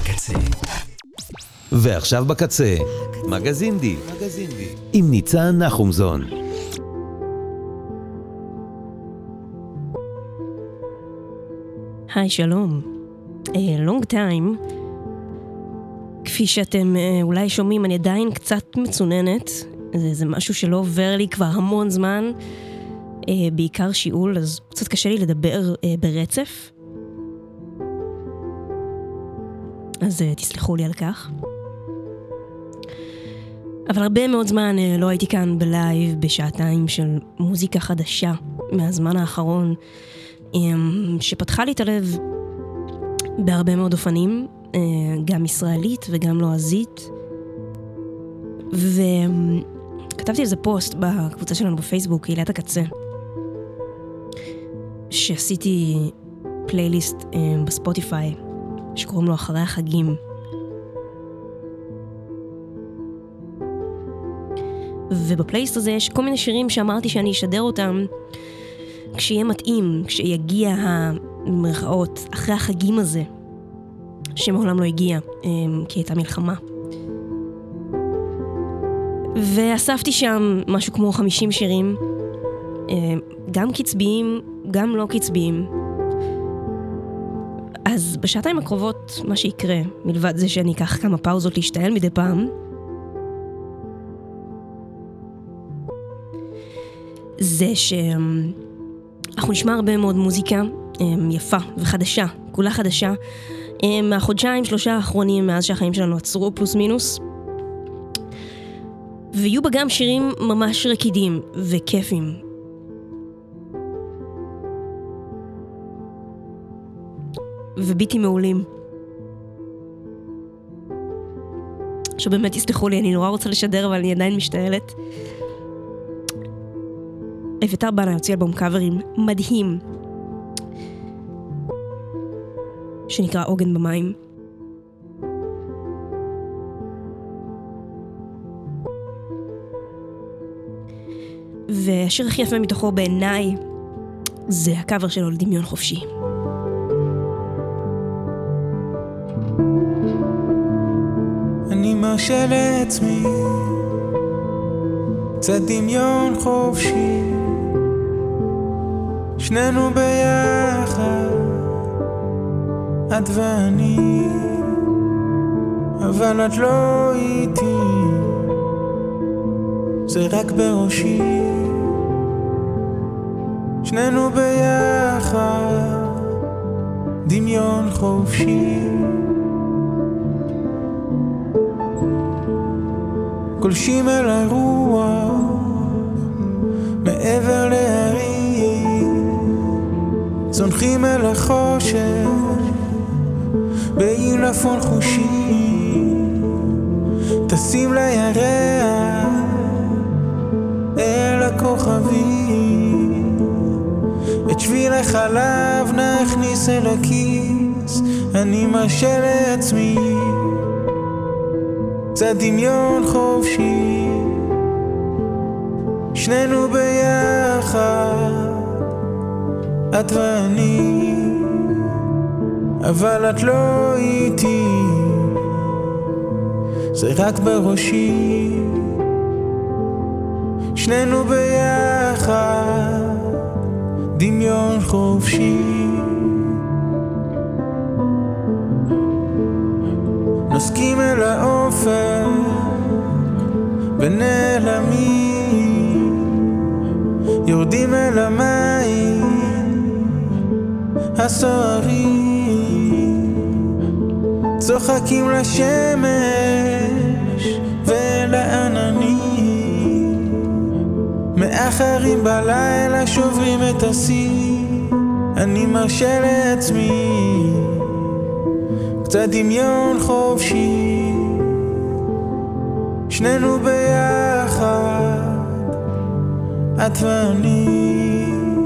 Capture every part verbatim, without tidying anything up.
בקצה. ועכשיו בקצה, מגזין די, עם ניצן נחומזון. היי, שלום. לונג טיים. כפי שאתם אולי שומעים, אני עדיין קצת מצוננת. זה, זה משהו שלא עובר לי כבר המון זמן. בעיקר שיעול, אז קצת קשה לי לדבר ברצף. אז תסלחו לי על כך. אבל הרבה מאוד זמן לא הייתי כאן בלייב בשעתיים של מוזיקה חדשה מהזמן האחרון, שפתחה לי את הלב בהרבה מאוד אופנים, גם ישראלית וגם לועזית. וכתבתי על זה פוסט בקבוצה שלנו בפייסבוק, קהילת הקצה, שעשיתי פלייליסט בספוטיפיי שקוראים לו אחרי החגים. ובפלייליסט הזה יש כל מיני שירים שאמרתי שאני אשדר אותם כשיהיה מתאים, כשיגיע המרכאות אחרי החגים הזה, שמעולם לא הגיע, כי הייתה מלחמה. ואספתי שם משהו כמו חמישים שירים, גם קצביים, גם לא קצביים. אז בשעתיים הקרובות מה שיקרה, מלבד זה שאני אקח כמה פאוזות להשתעל מדי פעם, זה שאנחנו נשמע הרבה מאוד מוזיקה יפה וחדשה, כולה חדשה, מהחודשיים, שלושה האחרונים מאז שהחיים שלנו עצרו פלוס מינוס, ויהיו בה גם שירים ממש רקידים וכיפים. וביטים מעולים. שבאמת תסלחו לי, אני נורא רוצה לשדר, אבל אני עדיין משתעלת. אביתר בנה יוציא אלבום קאברים מדהים, שנקרא עוגן במים. והשיר הכי יפה מתוכו בעיניי זה הקאבר שלו לדמיון חופשי. אני מרשה לעצמי קצת דמיון חופשי, שנינו ביחד, את ואני, אבל את לא איתי, זה רק בראשי. שנינו ביחד, דמיון חופשי, גולשים אל הרוח מעבר להרים, זונחים אל החושך בעילפון חושי, טסים לירח אל הכוכבים, את שביל החלב נכניס אל הכיס. אני מרשה לעצמי קצת דמיון חופשי, שנינו ביחד, את ואני, אבל את לא איתי, זה רק בראשי. שנינו ביחד, דמיון חופשי, נוסקים אל האופק ונעלמים, יורדים אל המים הסוערים, צוחקים לשמש ולעננים, מאחרים בלילה שוברים את השיא. אני מרשה לעצמי קצת דמיון חופשי, שנינו ביחד, את ואני.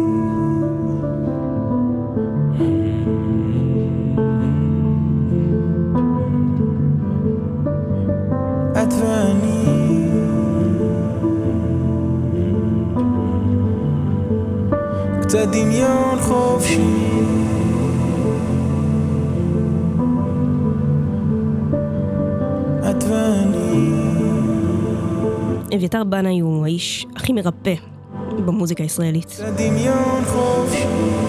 את ואני, קצת דמיון חופשי, אביתר בנאי הוא האיש הכי מרפא במוזיקה הישראלית. דמיון חופשי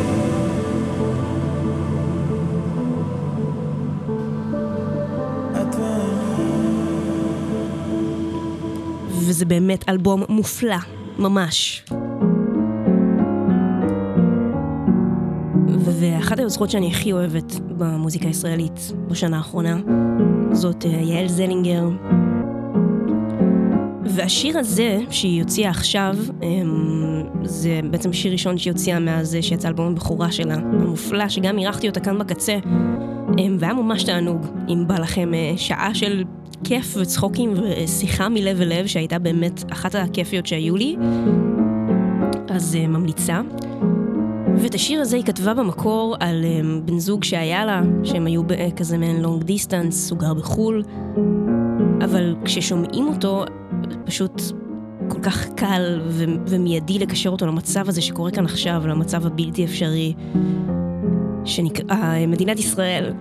וזה באמת אלבום מופלא, ממש. ואחת היוצרות שאני הכי אוהבת במוזיקה הישראלית בשנה האחרונה, זאת יעל זלינגר. והשיר הזה שהיא הוציאה עכשיו, זה בעצם שיר ראשון שהיא הוציאה מאז שיצא אלבום הבכורה שלה, המופלא, שגם אירחתי אותה כאן בקצה, והיה ממש תענוג. אם בא לכם שעה של כיף וצחוקים ושיחה מלב ולב, שהייתה באמת אחת הכיפיות שהיו לי, אז ממליצה. ואת השיר הזה היא כתבה במקור על בן זוג שהיה לה, שהם היו כזה מעין לונג דיסטנס, הוא גר בחול, אבל כששומעים אותו, פשוט כל כך קל ו- ומיידי לקשר אותו למצב הזה שקורה כאן עכשיו, למצב הבלתי אפשרי, שנקרא מדינת ישראל.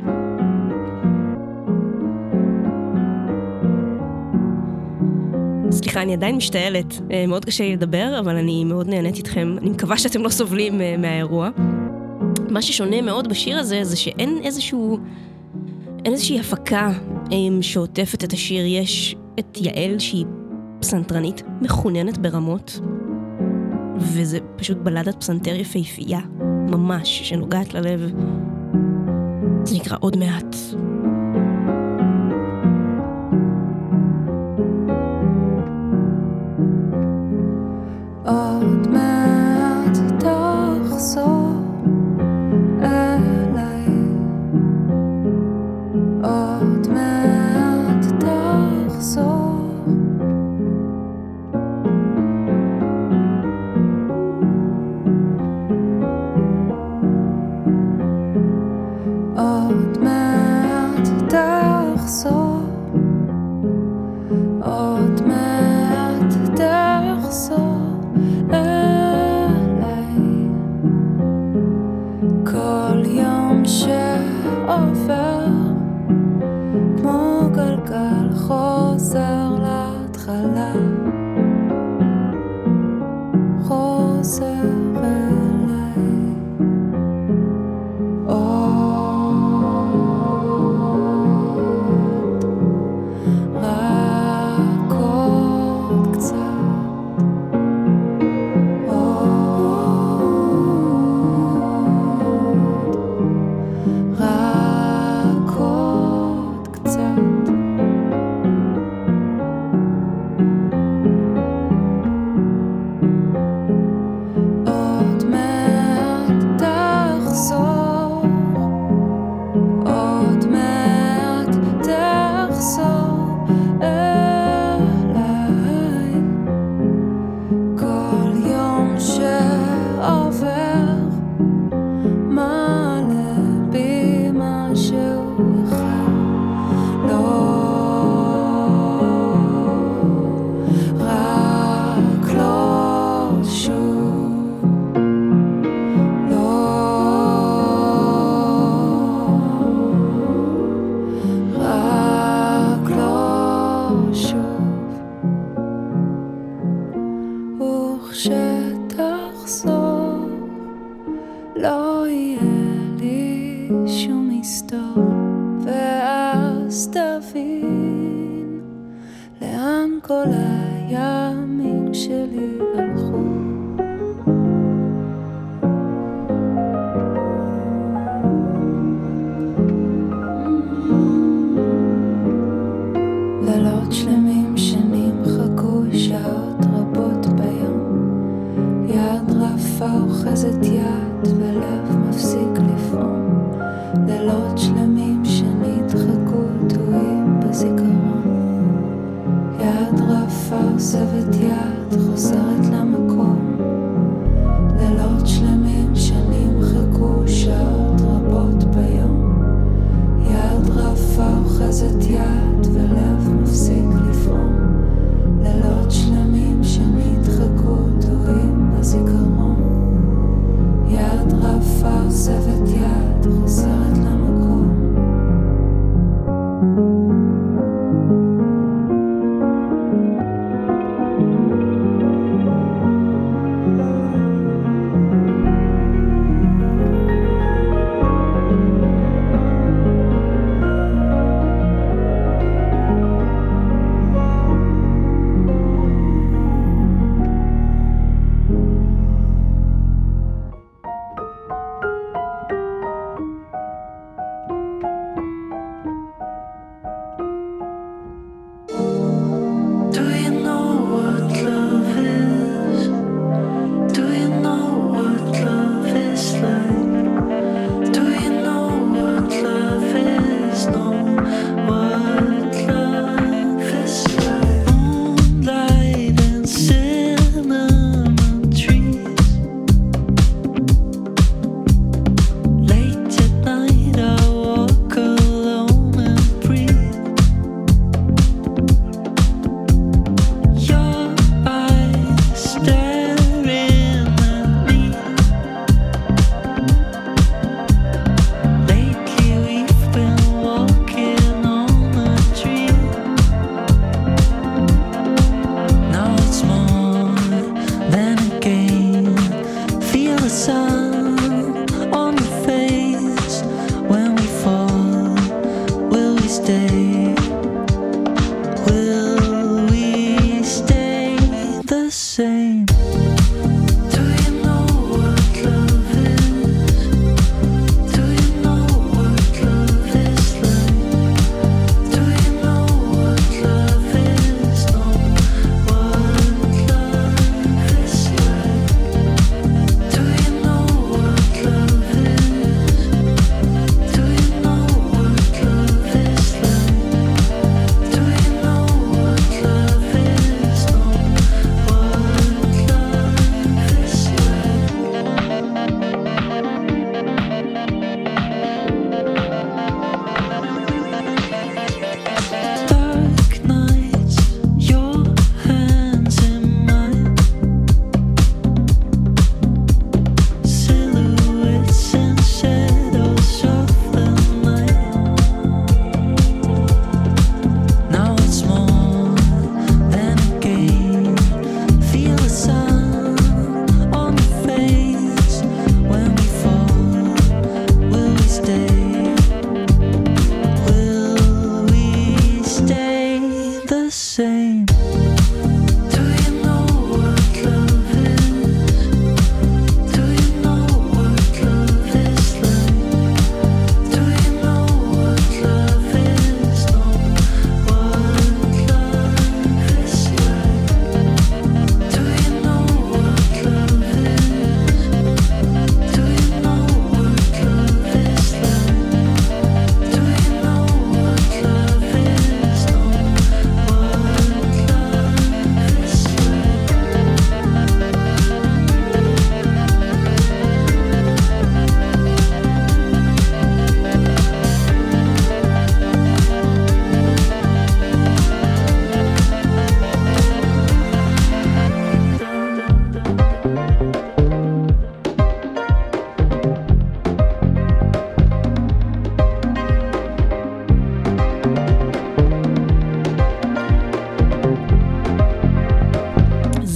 סליחה, אני עדיין משתעלת, מאוד קשה לי לדבר, אבל אני מאוד נהנית איתכם, אני מקווה שאתם לא סובלים מהאירוע. מה ששונה מאוד בשיר הזה, זה שאין איזשהו, אין איזושהי הפקה שעוטפת את השיר. יש את יעל שהיא פסנתרנית מחוננת ברמות, וזה פשוט בלדת פסנתר יפהפייה, ממש, שנוגעת ללב. זה נקרא עוד מעט. עוד מעט תחזור אליי, עוד מעט תחזור, עוד מעט תחזור, עוד מעט תחזור כל יום שעובר כמו גלגל חוזר להתחלה, חוזר אליי. עוד רק עוד קצת, יד רפה עוזבת יד, חוזרת למ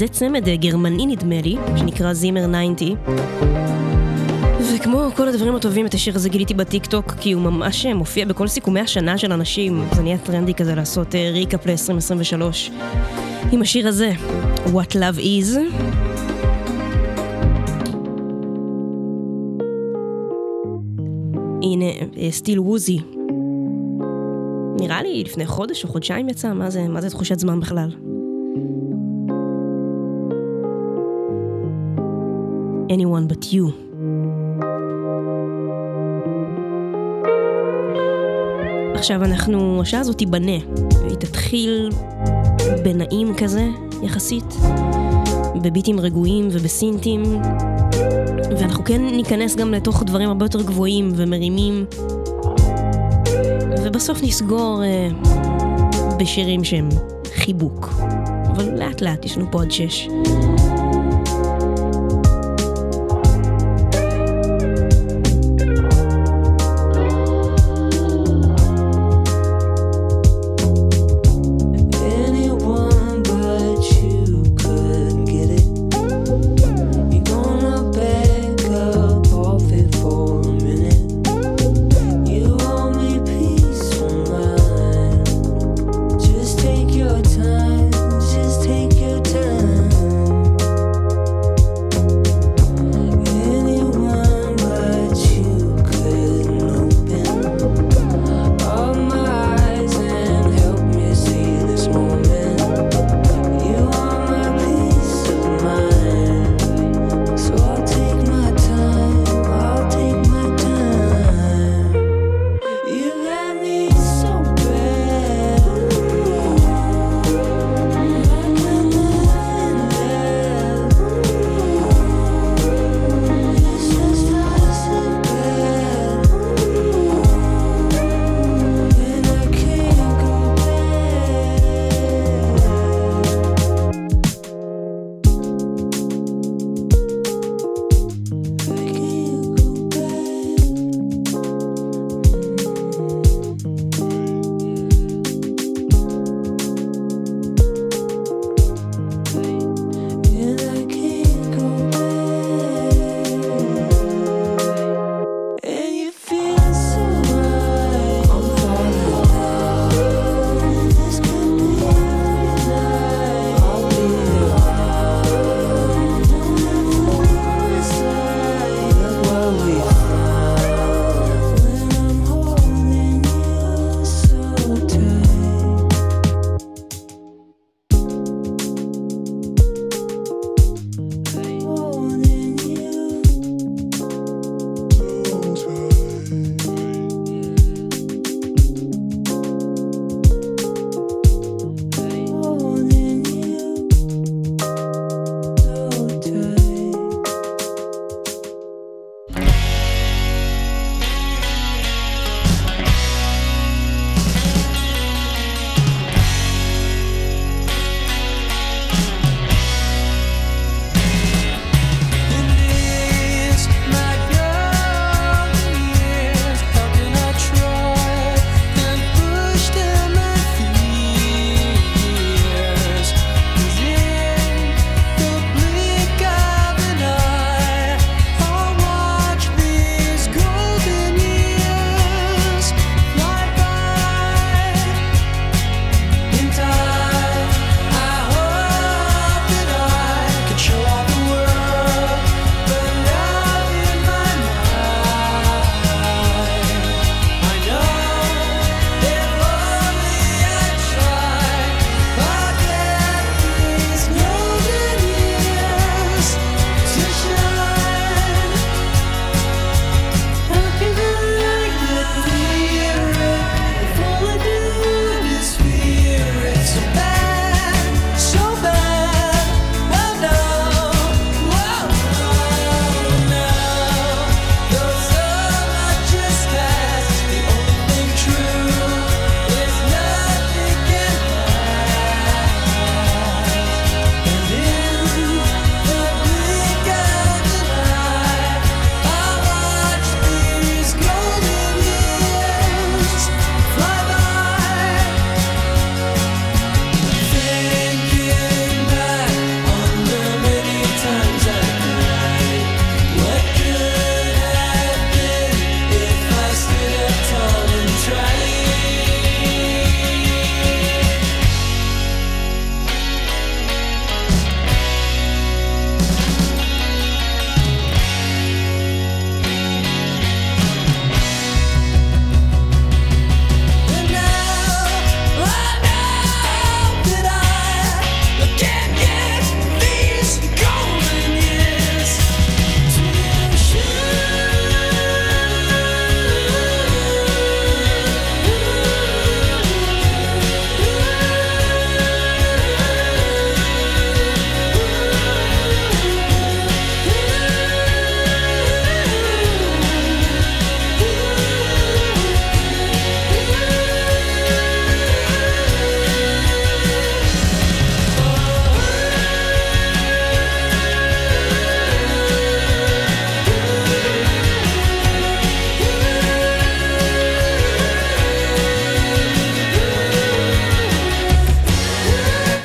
זה צמד גרמני נדמה לי, שנקרא זימר תשעים. וכמו כל הדברים הטובים, את השיר הזה גיליתי בטיק-טוק, כי הוא ממש מופיע בכל סיכומי השנה של אנשים. זה נהיה טרנדי כזה לעשות ריקאפ ל-עשרים עשרים ושלוש. עם השיר הזה, What Love Is. הנה, סטיל ווזי. נראה לי לפני חודש או חודשיים יצא, מה זה, מה זה תחושת זמן בכלל? Anyone but you. עכשיו אנחנו, השעה הזאת תיבנה, והיא תתחיל בנעים כזה, יחסית, בביטים רגועים ובסינטים, ואנחנו כן ניכנס גם לתוך דברים הרבה יותר גבוהים ומרימים, ובסוף נסגור אה, בשירים שהם חיבוק. אבל לאט לאט ישנו פה עד שש. Just take your time, just take your time.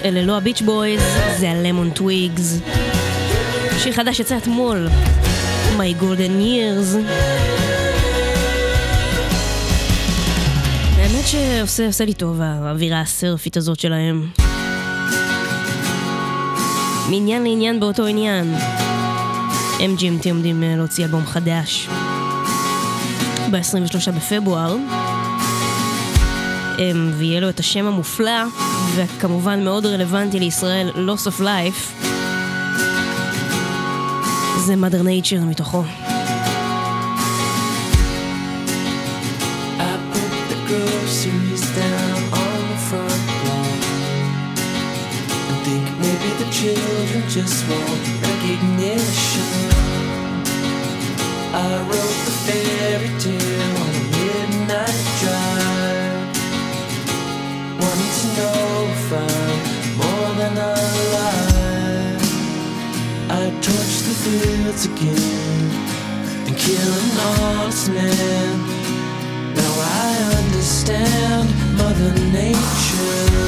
אלה לא הביץ' בויז, זה הלמון טוויגס. שיר חדש יצא אתמול, My Golden Years. האמת שעושה עושה לי טוב האווירה הסרפית הזאת שלהם. מעניין לעניין באותו עניין. אם ג'י אם טי עומדים להוציא אלבום חדש ב-עשרים ושלושה בפברואר, ויהיה לו את השם המופלא וכמובן מאוד רלוונטי לישראל, Loss of Life. זה Mother Nature מתוכו. I put the groceries down on the front lawn and think maybe the children just want recognition. I wrote the fairy tale on a midnight drive, wanting to know if I'm more than alive. I torch the fields again and kill an honest man. Now I understand Mother Nature.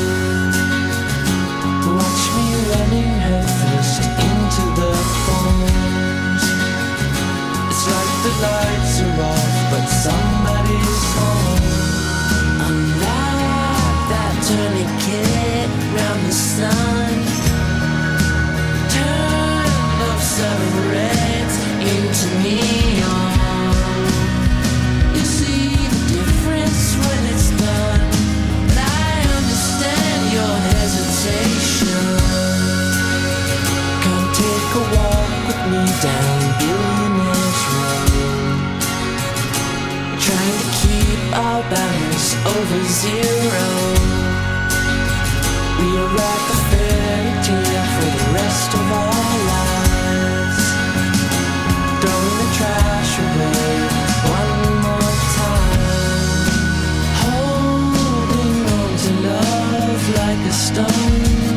Watch me running headfirst into the thorns. It's like the lights are off, but somebody's home. Unlike that tourniquet round the sun, turn up some reds into neon. You see the difference when it's done, but I understand your hesitation. Come take a walk with me down Billionaire's Road, trying to keep our balance over zero. We are like a fairy tale for the rest of our lives, throwing the trash away one more time, holding on to love like a stone,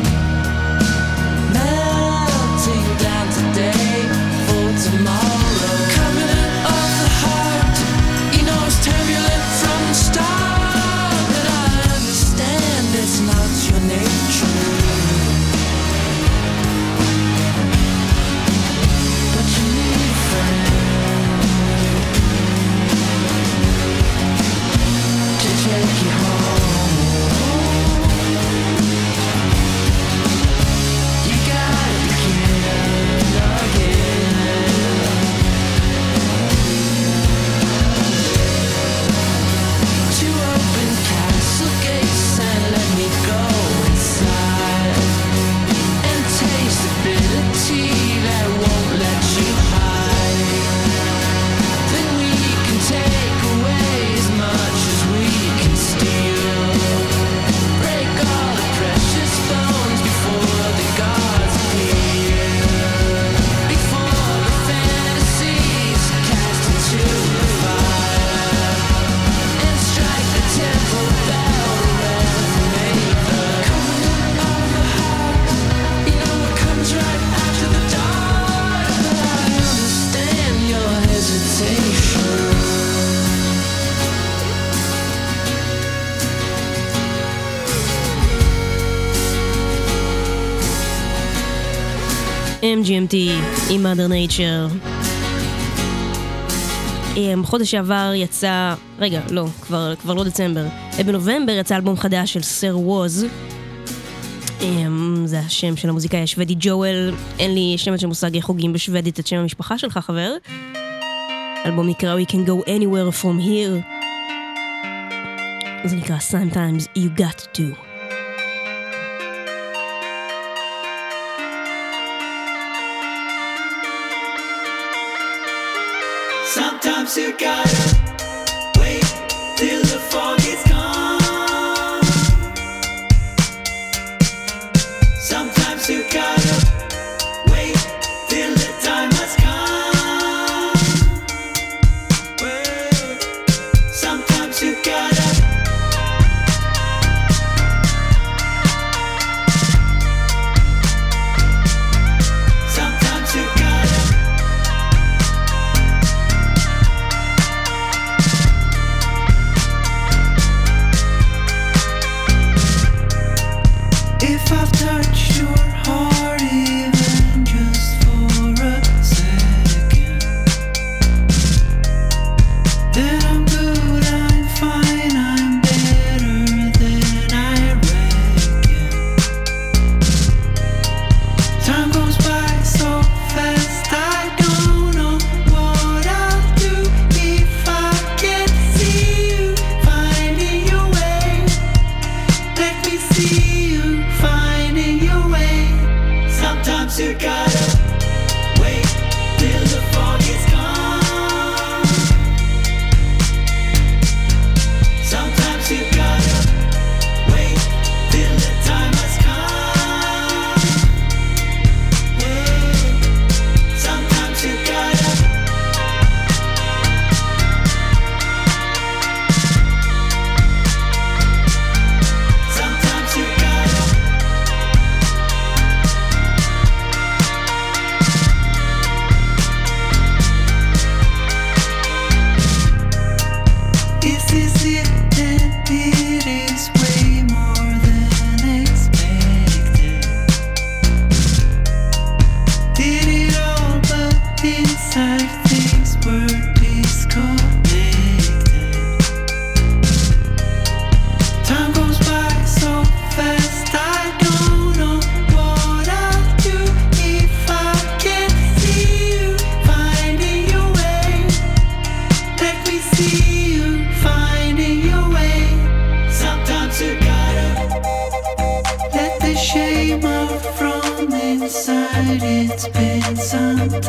melting down today for tomorrow. Covenant of the heart, you know it's turbulent from the start, but I understand it's not your nature. But you need a friend to take you home. You gotta begin again. To open castle gates and let me go inside and taste the bitter tea that won't let you hide. Then we can take away as much as we can steal, break all the precious bones before the gods appear, before the fantasies cast into the fire, and strike the temple bell to resonate the covenant of the heart. You know what comes right after the dark, but I understand your hesitation. אם ג'י אם טי עם Mother Nature. בחודש שעבר יצא, רגע, לא, כבר, כבר לא דצמבר. בנובמבר יצא אלבום חדש של סר ווז. זה השם של המוזיקאי השוודי ג'ואל. אין לי שמץ של מושג איך חוגים בשוודית את שם המשפחה שלך, חבר. אלבום נקרא We Can Go Anywhere From Here. זה נקרא Sometimes You Got To. Sometimes you gotta wait till the fog is gone. Sometimes you gotta wait till the time has come. Wait. Sometimes you gotta Sometimes you gotta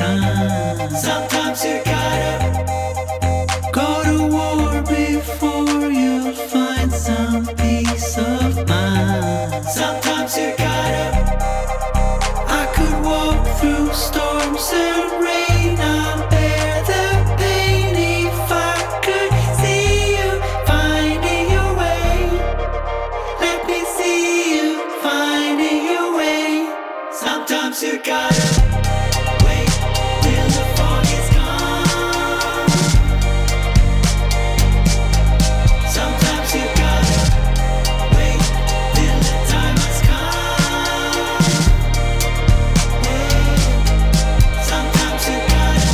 time. Sometimes you gotta go to war before you'll find some peace of mind. Sometimes you gotta, I could walk through storms and rain. I'll bear the pain if I could see you finding your way. Let me see you finding your way. Sometimes you gotta wait till the fog is gone. Sometimes you gotta wait till the time has come. Sometimes you gotta.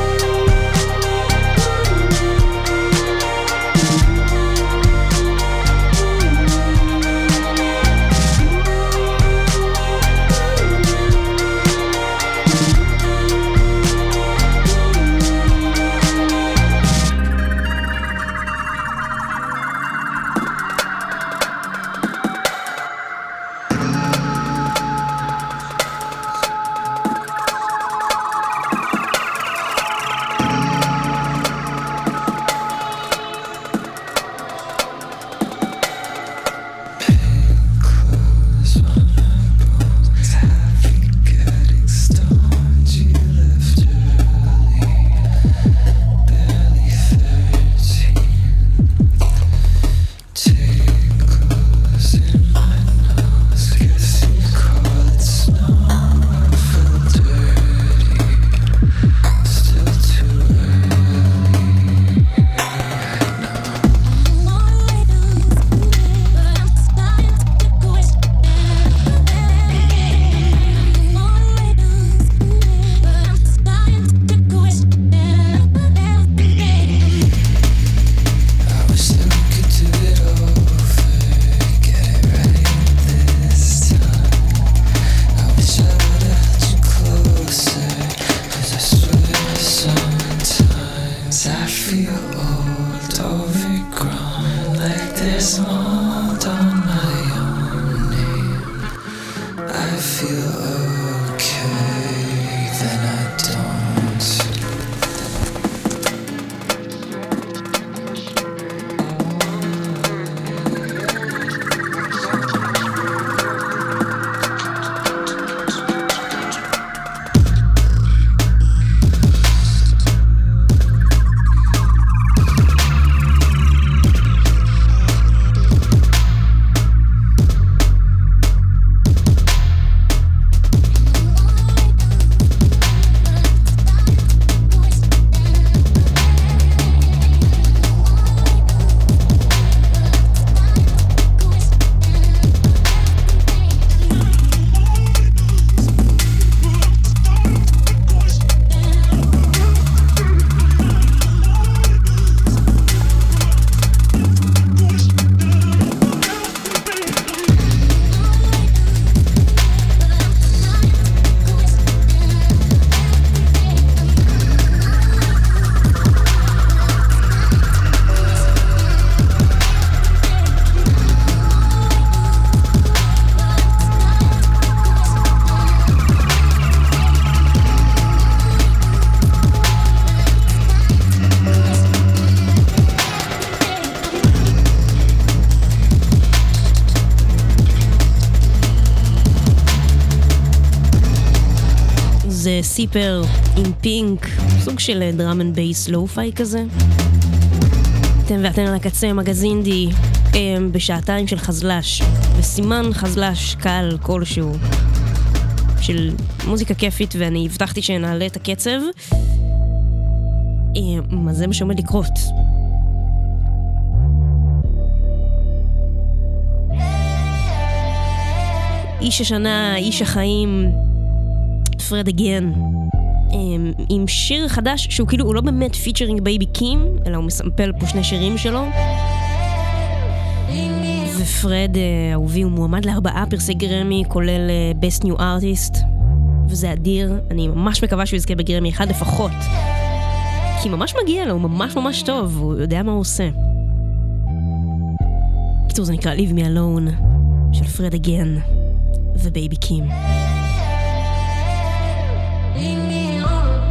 זה סיפר עם פינק, סוג של דראם אנד בייס לואו-פיי כזה. אתם ואתן על הקצה מגזינדי בשעתיים של חזלש, וסימן חזלש קל כלשהו של מוזיקה כיפית, ואני הבטחתי שנעלה את הקצב. מה זה מה שעומד לקרות? איש השנה, איש החיים, פרד אגן, עם שיר חדש שהוא כאילו, הוא לא באמת פיצ'רינג בייבי קים, אלא הוא מסמפל פה שני שירים שלו. ופרד, אהובי, הוא מועמד לארבעה פרסי גרמי, כולל Best New Artist, וזה אדיר. אני ממש מקווה שהוא יזכה בגרמי אחד לפחות, כי ממש מגיע לו, הוא ממש ממש טוב, הוא יודע מה הוא עושה. בקיצור, זה נקרא Leave Me Alone של פרד אגן ובייבי קים. Leave me alone.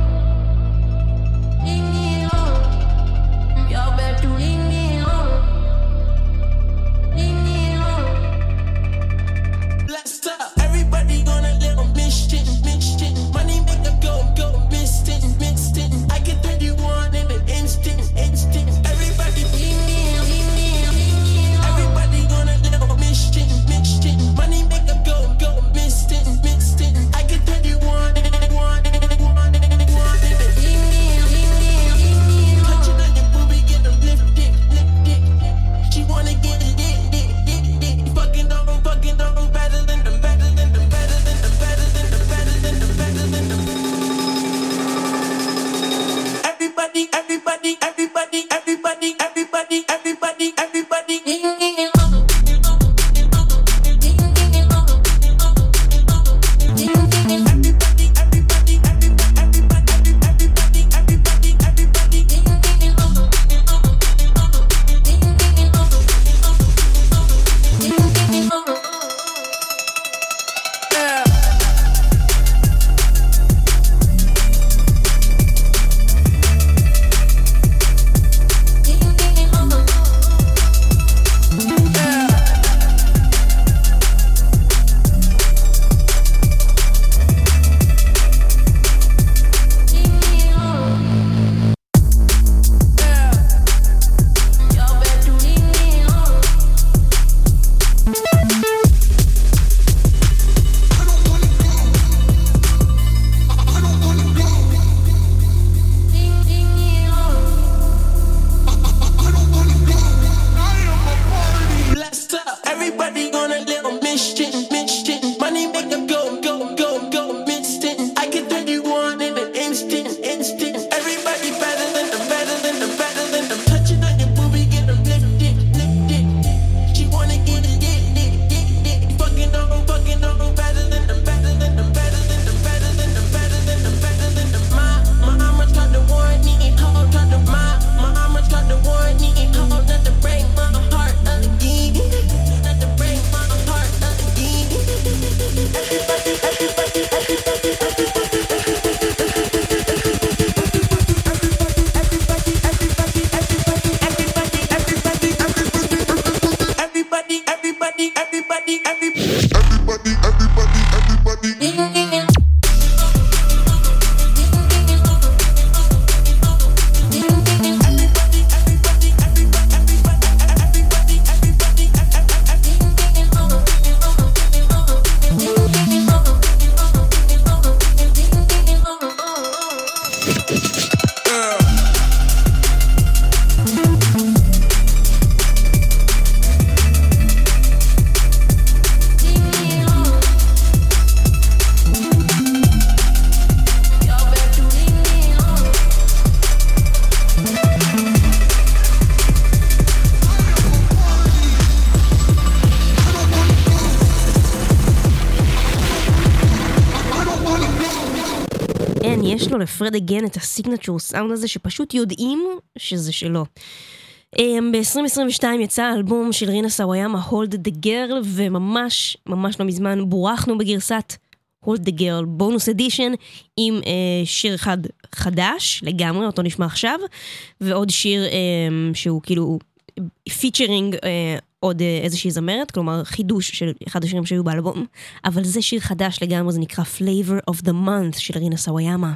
לו לפרד אגן את הסיגנצ'ור סאונד הזה שפשוט יודעים שזה שלו. ב-עשרים עשרים ושתיים יצא האלבום של רינה סוויאמה, Hold the Girl, וממש ממש לא מזמן בורחנו בגרסת Hold the Girl בונוס אדישן עם אה, שיר אחד חדש לגמרי, אותו נשמע עכשיו, ועוד שיר אה, שהוא כאילו פיצ'רינג אה, עוד אה, איזושהי זמרת, כלומר חידוש של אחד השירים שהיו באלבום, אבל זה שיר חדש לגמרי, זה נקרא Flavor of the Month של רינה סוויאמה.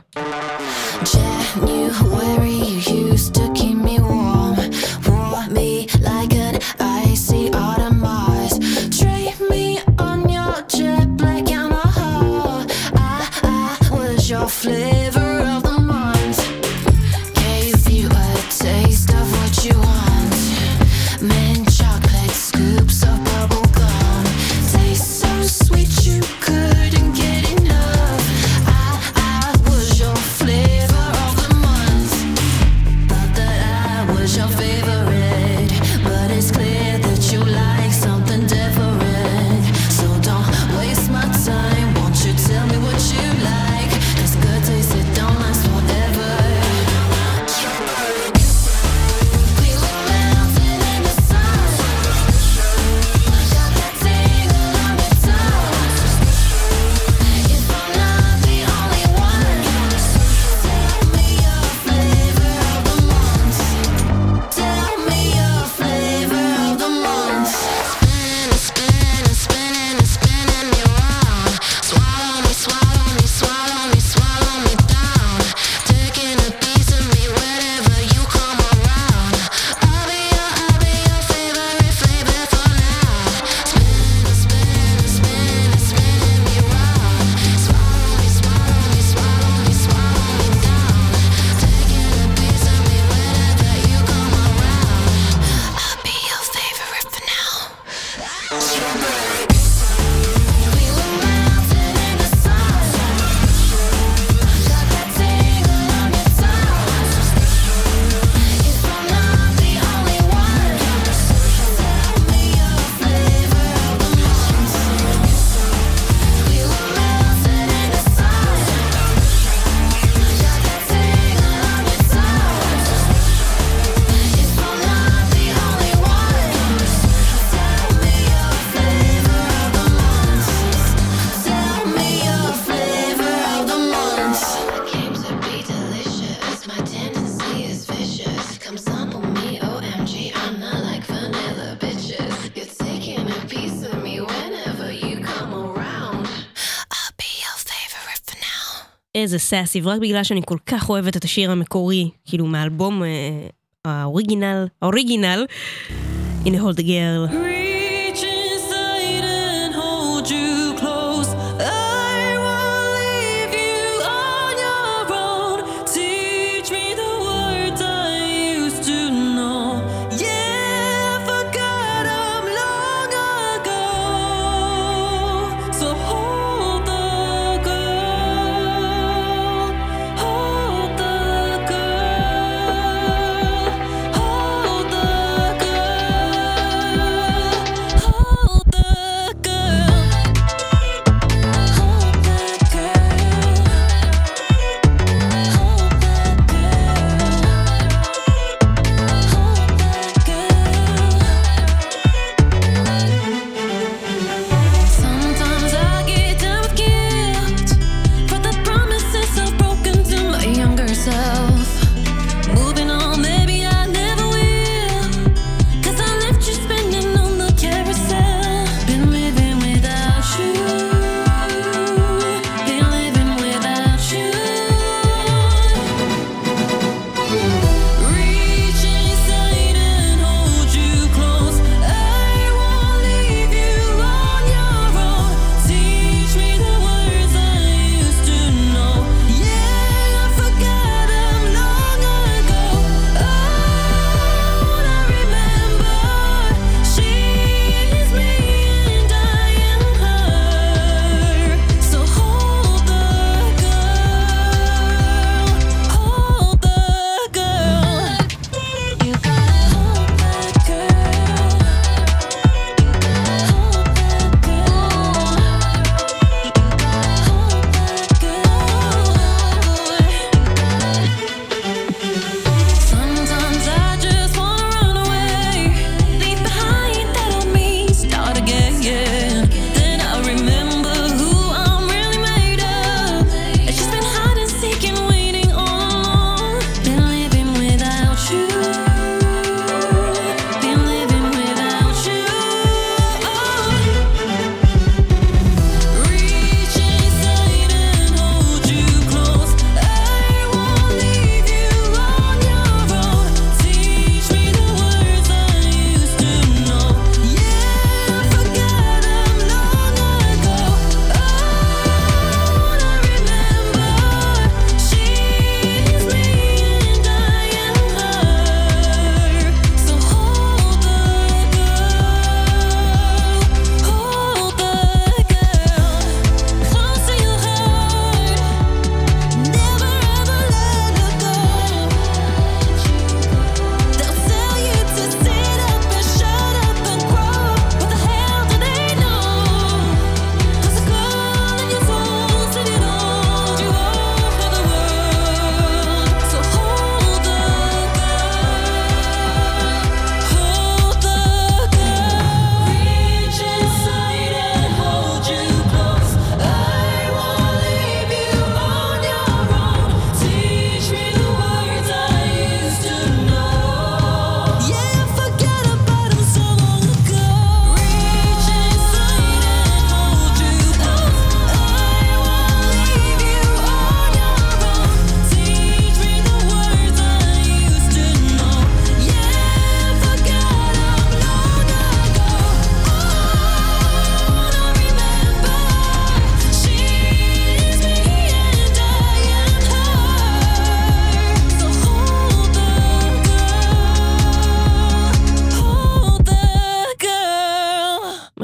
January, you used to keep me warm, wore me like an icy autumn Mars, trade me on your jet black Yamaha. I, I was your flavor of the month, gave you a taste of what you want, mint chocolate scoops of bubble gum, taste so sweet you couldn't get enough. I, I was your flavor of the month, thought that I was your favorite, but it's clear that you like something different, so don't waste my time, won't you tell me what you like, 'cause good taste it don't last forever. We were melting in the sun, got that tingle on your tongue, if I'm not the only one, tell me your flavor of the month, tell me your flavor of the month. Spinning, spinning, spinning, spinning me round, swallow me, swallow me, swallow me, swallow me down, taking a piece of me whenever you come around. I'll be your, I'll be your favorite flavor for now. Spinning, spinning, spinning, spinning me round, swallow me, swallow me, swallow me, swallow me down, taking a piece of me whenever you come around. I'll be your favorite for now. We were melting in the sun, got that tingle on your tongue, if I'm not the only one, tell me your flavor of the month. We were melting in the sun, got that tingle on your tongue, if I'm not the only one, tell me your flavor of the month, tell me your flavor of the month. I came to be delicious, my tendency is vicious, come sample me, O M G, I'm not like vanilla bitches, you're taking a piece of me whenever you come around. I'll be your favorite for now. איזה סאסי, ורק בגלל שאני כל כך אוהבת את השיר המקורי, כאילו מהאלבום אה, האוריגינל, האוריגינל, הנה Hold the Girl. Reach inside and hold you close. I won't leave you on your own. Teach me the words I used to know. Yeah, forgot 'em long ago. So hold the girl, hold the girl, hold the girl.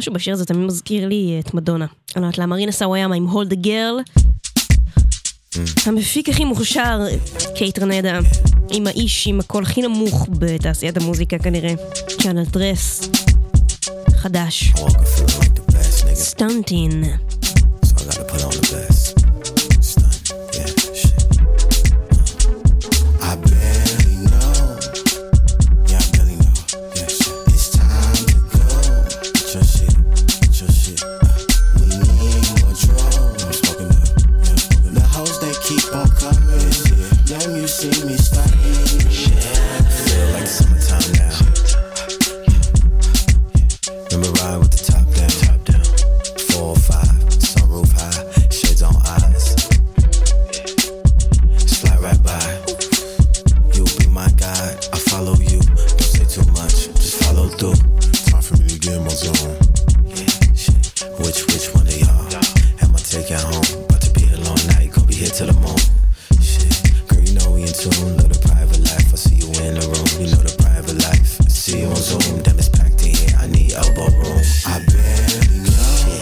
משהו בשיר הזה תמיד מזכיר לי את מדונה. אני לא יודעת, מרינה סוויאמה עם Hold the Girl. המפיק הכי מוכשר, קייט רנדה, עם האיש עם הקול הכי נמוך בתעשיית המוזיקה כנראה. צ'אנל טרס. חדש. סטנטין. So I gotta put on the best. Stunt, yeah, shit. I barely know. Yeah, I barely know. Yeah, shit. It's time to go. Get your shit, get your shit. We need more drugs. I'm smoking up, yeah, I'm smoking up. The hoes, they keep on coming. Damn, you see me starting. Feel like summertime now. Remember ride with the top down, top down. Four or five. Roof high, shades on eyes. Slide right by. You be my guide, I follow you. Don't say too much, just follow through. Time for me to get in my zone. Yeah, shit. Which, which one of y'all? Am I taking home? About to be a long night, gonna be here till the moon. Shit, girl, you know we in tune. Love the private life, I see you in the room. You know the private life. See you on Zoom, damn it's packed in here. I need elbow room. I barely know.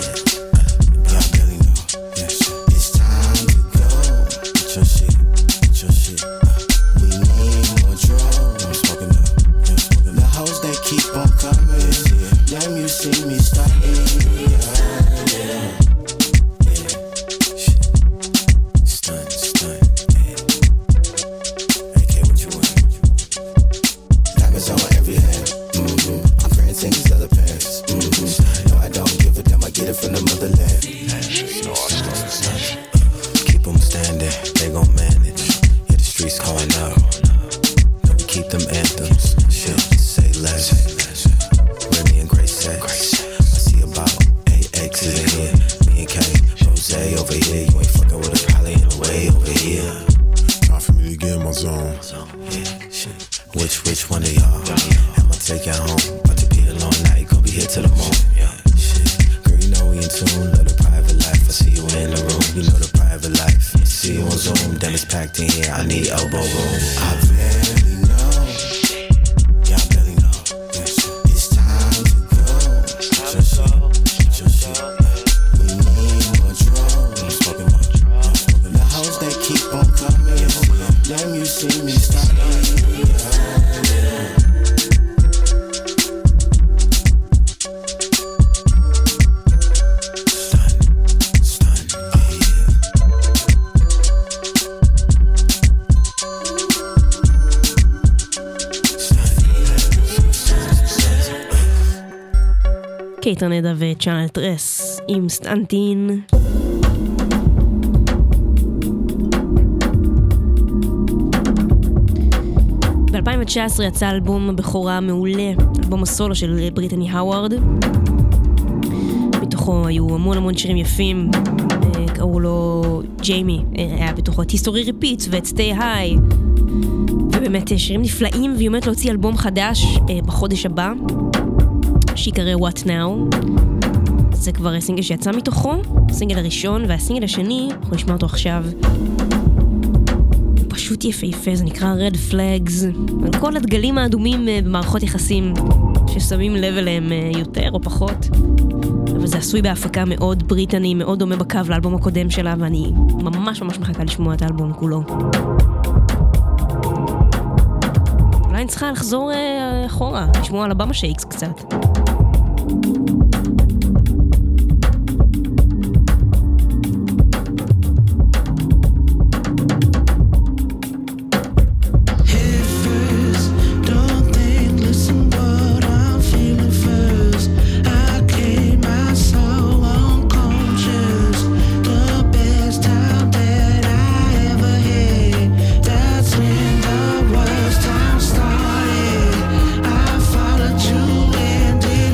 קייט רנדה וצ'אנל טרס עם סטנטין. ב-אלפיים תשע עשרה יצא אלבום הבכורה מעולה, אלבום הסולו של בריטני האוורד. בתוכו היו המון המון שירים יפים, קראו לו ג'יימי, היה בתוכו את היסטורי ריפיט ואת סטי היי, ובאמת שירים נפלאים, והיא עומדת להוציא אלבום חדש בחודש הבא שיקרא What Now. זה כבר הסינגל שיצא מתוכו, הסינגל הראשון, והסינגל השני אנחנו נשמע אותו עכשיו. פשוט יפהפה, זה נקרא Red Flags, על כל הדגלים האדומים במערכות יחסים ששמים לב אליהם יותר או פחות, אבל זה עשוי בהפקה מאוד בריטני, מאוד דומה בקו לאלבום הקודם שלה, ואני ממש ממש מחכה לשמוע את האלבום כולו. אולי אני צריכה לחזור אחורה, לשמוע על הבמה שייקס קצת. Started. I followed you and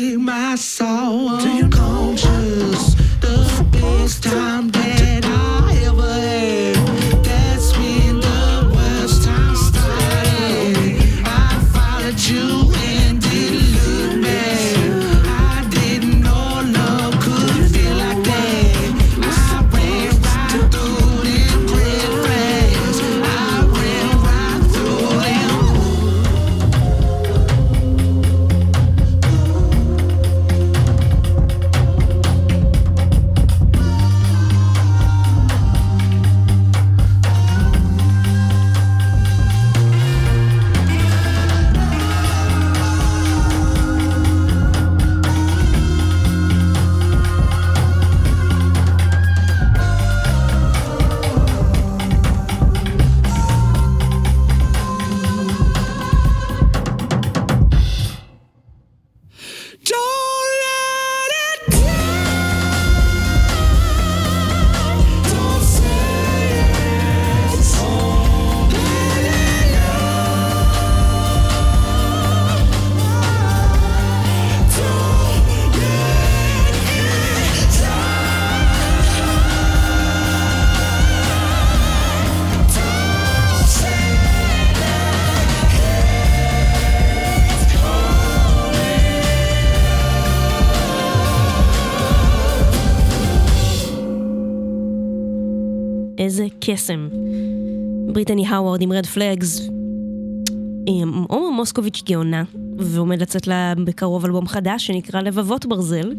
break my soul. Unconscious, the best time that I ever had. That's when the worst time started. I followed you and didn't look back. I didn't know love could feel like that. I ran right through them red flags. I ran right through them. Don't let it go. Don't say it's all. Let it go. Don't let it die. Don't say איזה קסם. בריטני האוורד עם רד פלאגס. עומר מוסקוביץ' גאונה, ועומד לצאת לה בקרוב אלבום חדש שנקרא לבבות ברזל.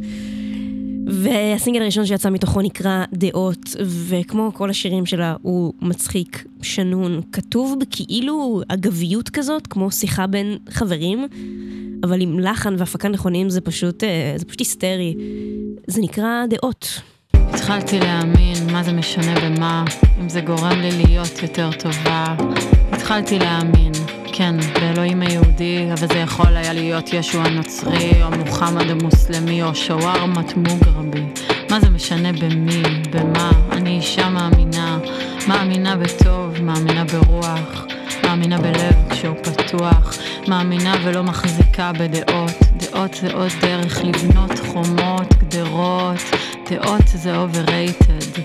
והסינגל הראשון שיצא מתוכו נקרא דעות, וכמו כל השירים שלה הוא מצחיק, שנון, כתוב בכאילו אגביות כזאת, כמו שיחה בין חברים, אבל עם לחן והפקה נכונים זה פשוט, זה פשוט היסטרי. זה נקרא דעות. התחלתי להאמין מה זה משנה במה, אם זה גורם לי להיות יותר טובה. התחלתי להאמין, כן, באלוהים היהודי, אבל זה יכול היה להיות ישו הנוצרי, או מוחמד המוסלמי, או שווארמת מוגרבי. מה זה משנה במי, במה? אני אישה מאמינה, מאמינה בטוב, מאמינה ברוח, מאמינה בלב כשהוא פתוח, מאמינה ולא מחזיקה בדעות. דעות זה עוד דרך לבנות חומות, גדרות, דעות זה overrated.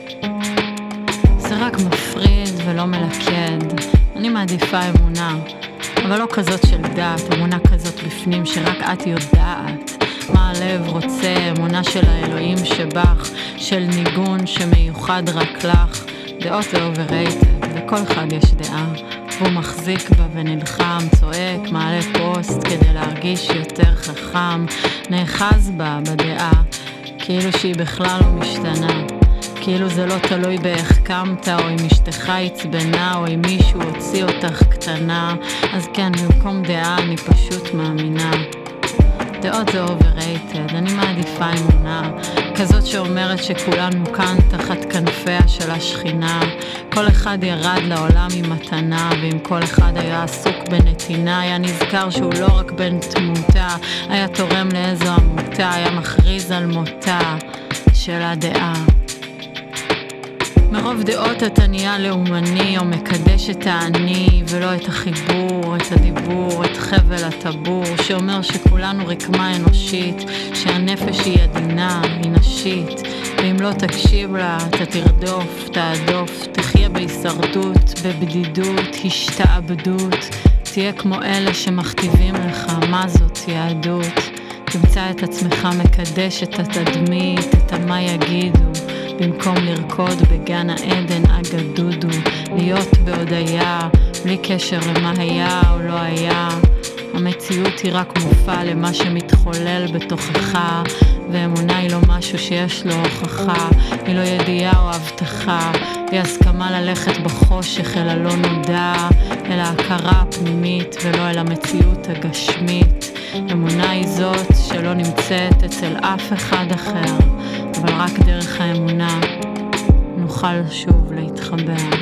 זה רק מפריד ולא מלכד. אני מעדיפה אמונה, אבל לא כזאת של דת, אמונה כזאת בפנים שרק את יודעת מה הלב רוצה, אמונה של האלוהים שבך, של ניגון שמיוחד רק לך. דעות זה overrated, לכל אחד יש דעה, והוא מחזיק בה ונלחם, צועק, מעלה פוסט כדי להרגיש יותר חכם, נאחז בה בדעה, כאילו שהיא בכלל לא משתנה, כאילו זה לא תלוי באיך קמת, או אם אשתך הצבנה, או אם מישהו הוציא אותך קטנה. אז כן, במקום דעה אני פשוט מאמינה. דעות זה overrated, אני מעדיפה אמונה, כזאת שאומרת שכולנו כאן תחת כנפיה של השכינה. כל אחד ירד לעולם עם מתנה, ואם כל אחד היה עסוק בנתינה, היה נזכר שהוא לא רק בן תמותה, היה תורם לאיזו עמותה, היה מכריז על מותה של הדעה. מרוב דעות אתה נהיה לאומני, או מקדש את האני ולא את החיבור, את הדיבור, את חבל הטבור, שאומר שכולנו רקמה אנושית, שהנפש היא עדינה, היא נשית, ואם לא תקשיב לה אתה תרדוף, תעדוף, תחיה בהישרדות, בבדידות, השתעבדות, תהיה כמו אלה שמכתיבים לך מה זאת יהדות. תמצא את עצמך מקדש את התדמית, את המה יגידו, במקום לרקוד בגן העדן אגדודו, להיות בהודיה, בלי קשר למה היה או לא היה. המציאות היא רק מופע למה שמתחולל בתוכך, ואמונה היא לא משהו שיש לו הוכחה, היא לא ידיעה או הבטחה, היא הסכמה ללכת בחושך אל הלא נודע, אל ההכרה הפנימית ולא אל המציאות הגשמית. אמונה היא זאת שלא נמצאת אצל אף אחד אחר, אבל רק דרך האמונה נוכל שוב להתחבר.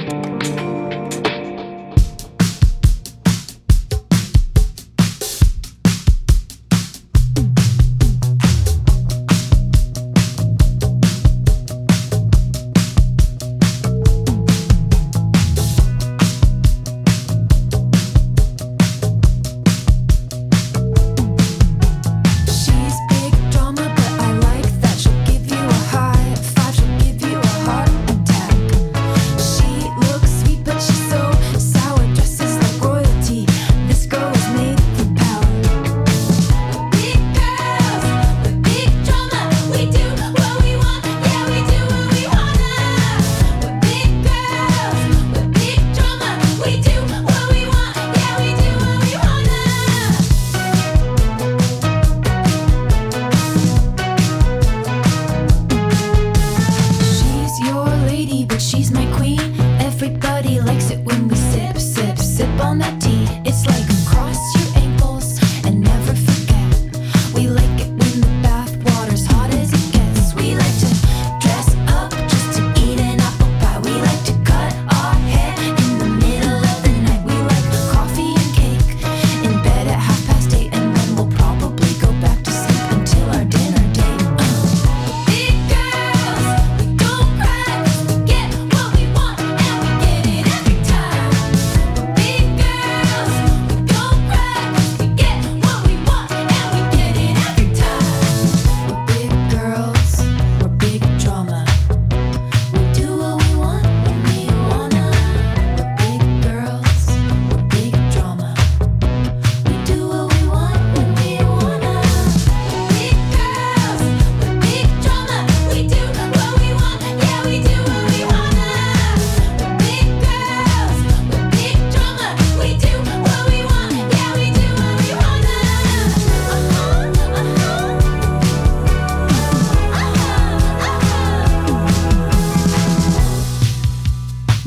She's big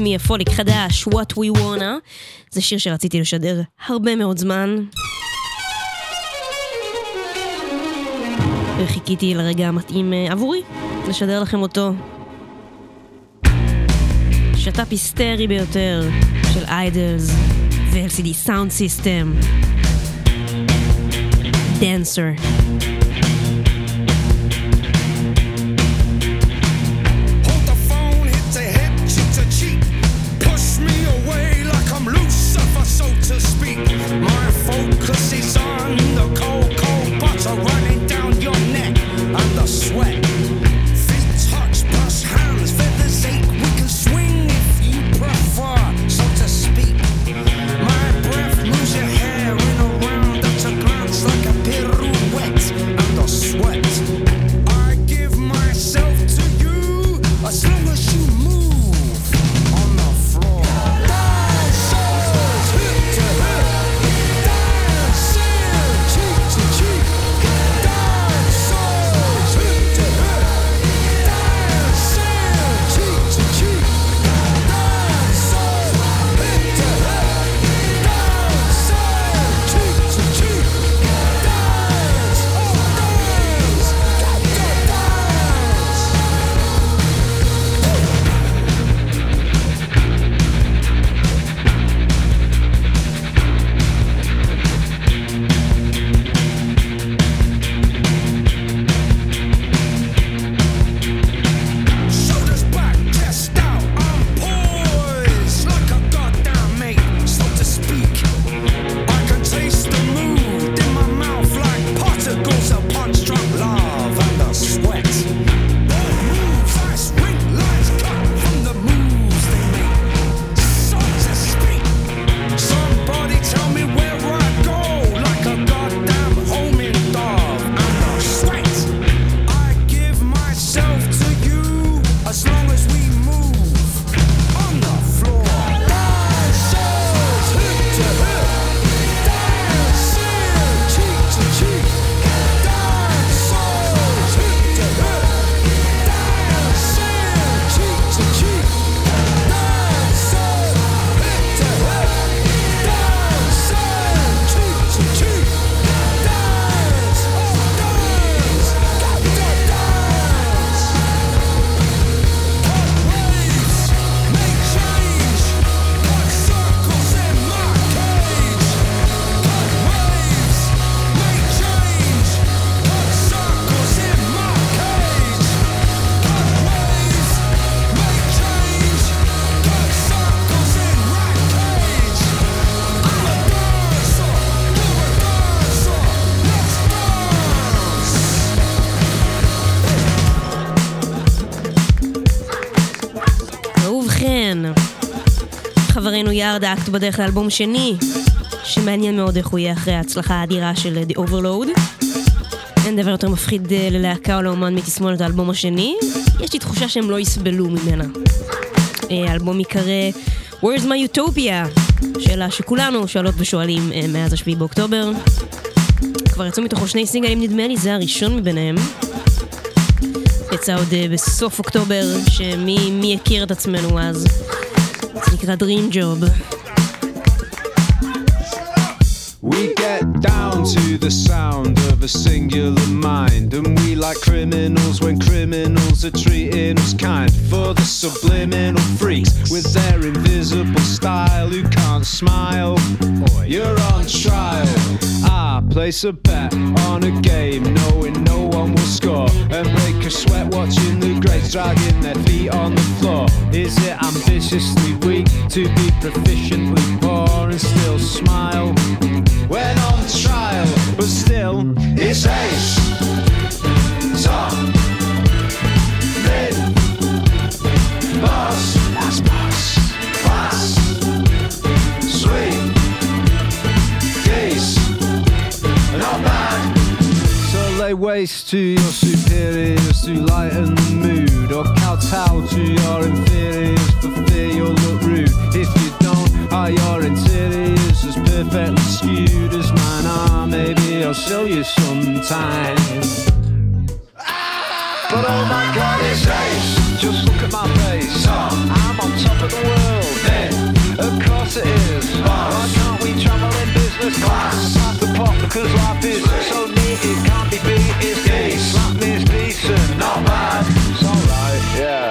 מהפוליק חדש, What We Wanna. זה שיר שרציתי לשדר הרבה מאוד זמן. וחיכיתי לרגע המתאים עבורי לשדר לכם אותו. שת"פ היסטרי ביותר של איידלס ו-אל סי די Sound System. Dancer. So to speak, my focus is on the cold, cold butter running down your neck and the sweat. Feet touch plus hands, feathers ache. We can swing if you prefer, so to speak. My breath moves your hair in a round at a glance like a pirouette and the sweat. I give myself to you as long as you move on the floor. חברנו יארד אקט בדרך לאלבום שני, שמעניין מאוד איך הוא יהיה אחרי ההצלחה האדירה של The Overload. אין דבר יותר מפחיד ללהקה או לאומן מתסמונת האלבום השני. יש לי תחושה שהם לא יסבלו ממנה. האלבום יקרא Where's My Utopia? שאלה שכולנו שואלות ושואלים מאז השביעי באוקטובר. כבר יצאו מתוכו שני סינגלים, נדמה לי זה הראשון מביניהם. יצא עוד בסוף אוקטובר, שמי מי הכיר את עצמנו אז. זה נקרא Dream Job. We get down to the sound of a singular mind, and we like criminals when criminals are treating us kind. For the subliminal freaks with their invisible style who can't smile, you're on trial. I place a bet on a game knowing no one will score, and break a sweat watching the greats dragging their feet on the floor. Is it ambitiously weak to be proficiently poor and still smile when on trial? But still, it's ace, top, mid, boss, that's boss, class, sweet, geese, not bad. So lay waste to your superiors to lighten the mood, or kowtow to your inferiors for fear you'll look rude. If you don't, are your interiors as perfectly skewed as mine are? Maybe I'll show you sometime. But oh my God, it's ace. Just look at my face. I'm on top of the world. cause life is so neat it can't be beat. It's decent, slap me, it's decent, not bad. It's alright, yeah.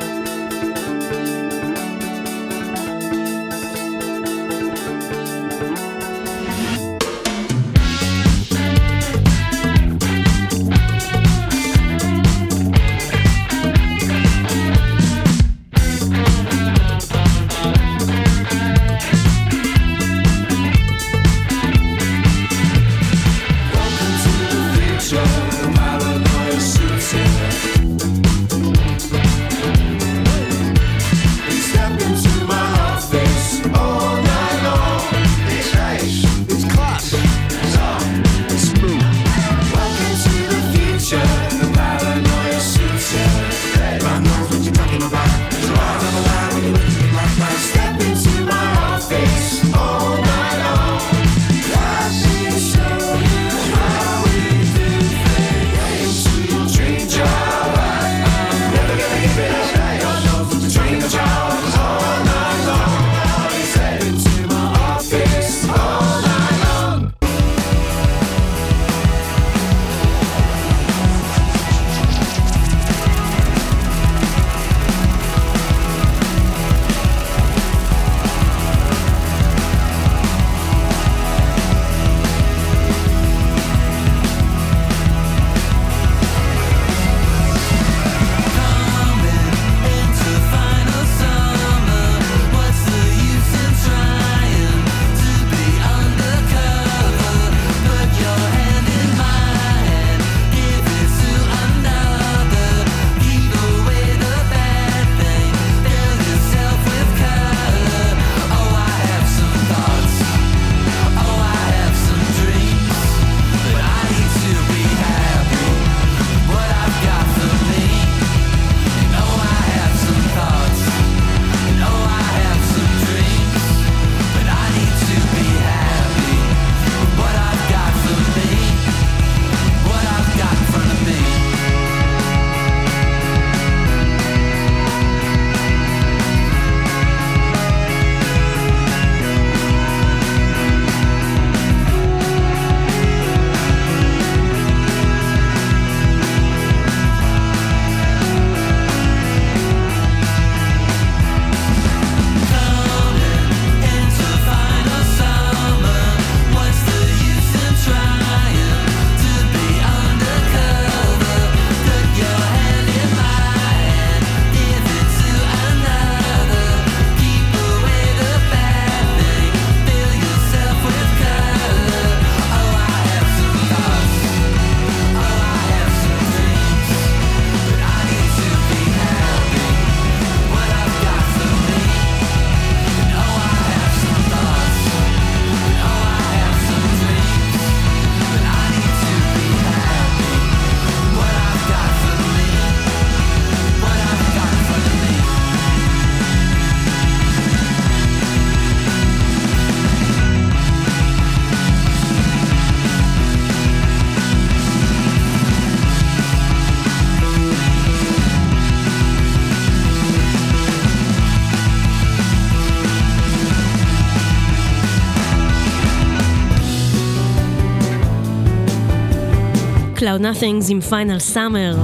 Cloud Nothings עם פיינל סאמר.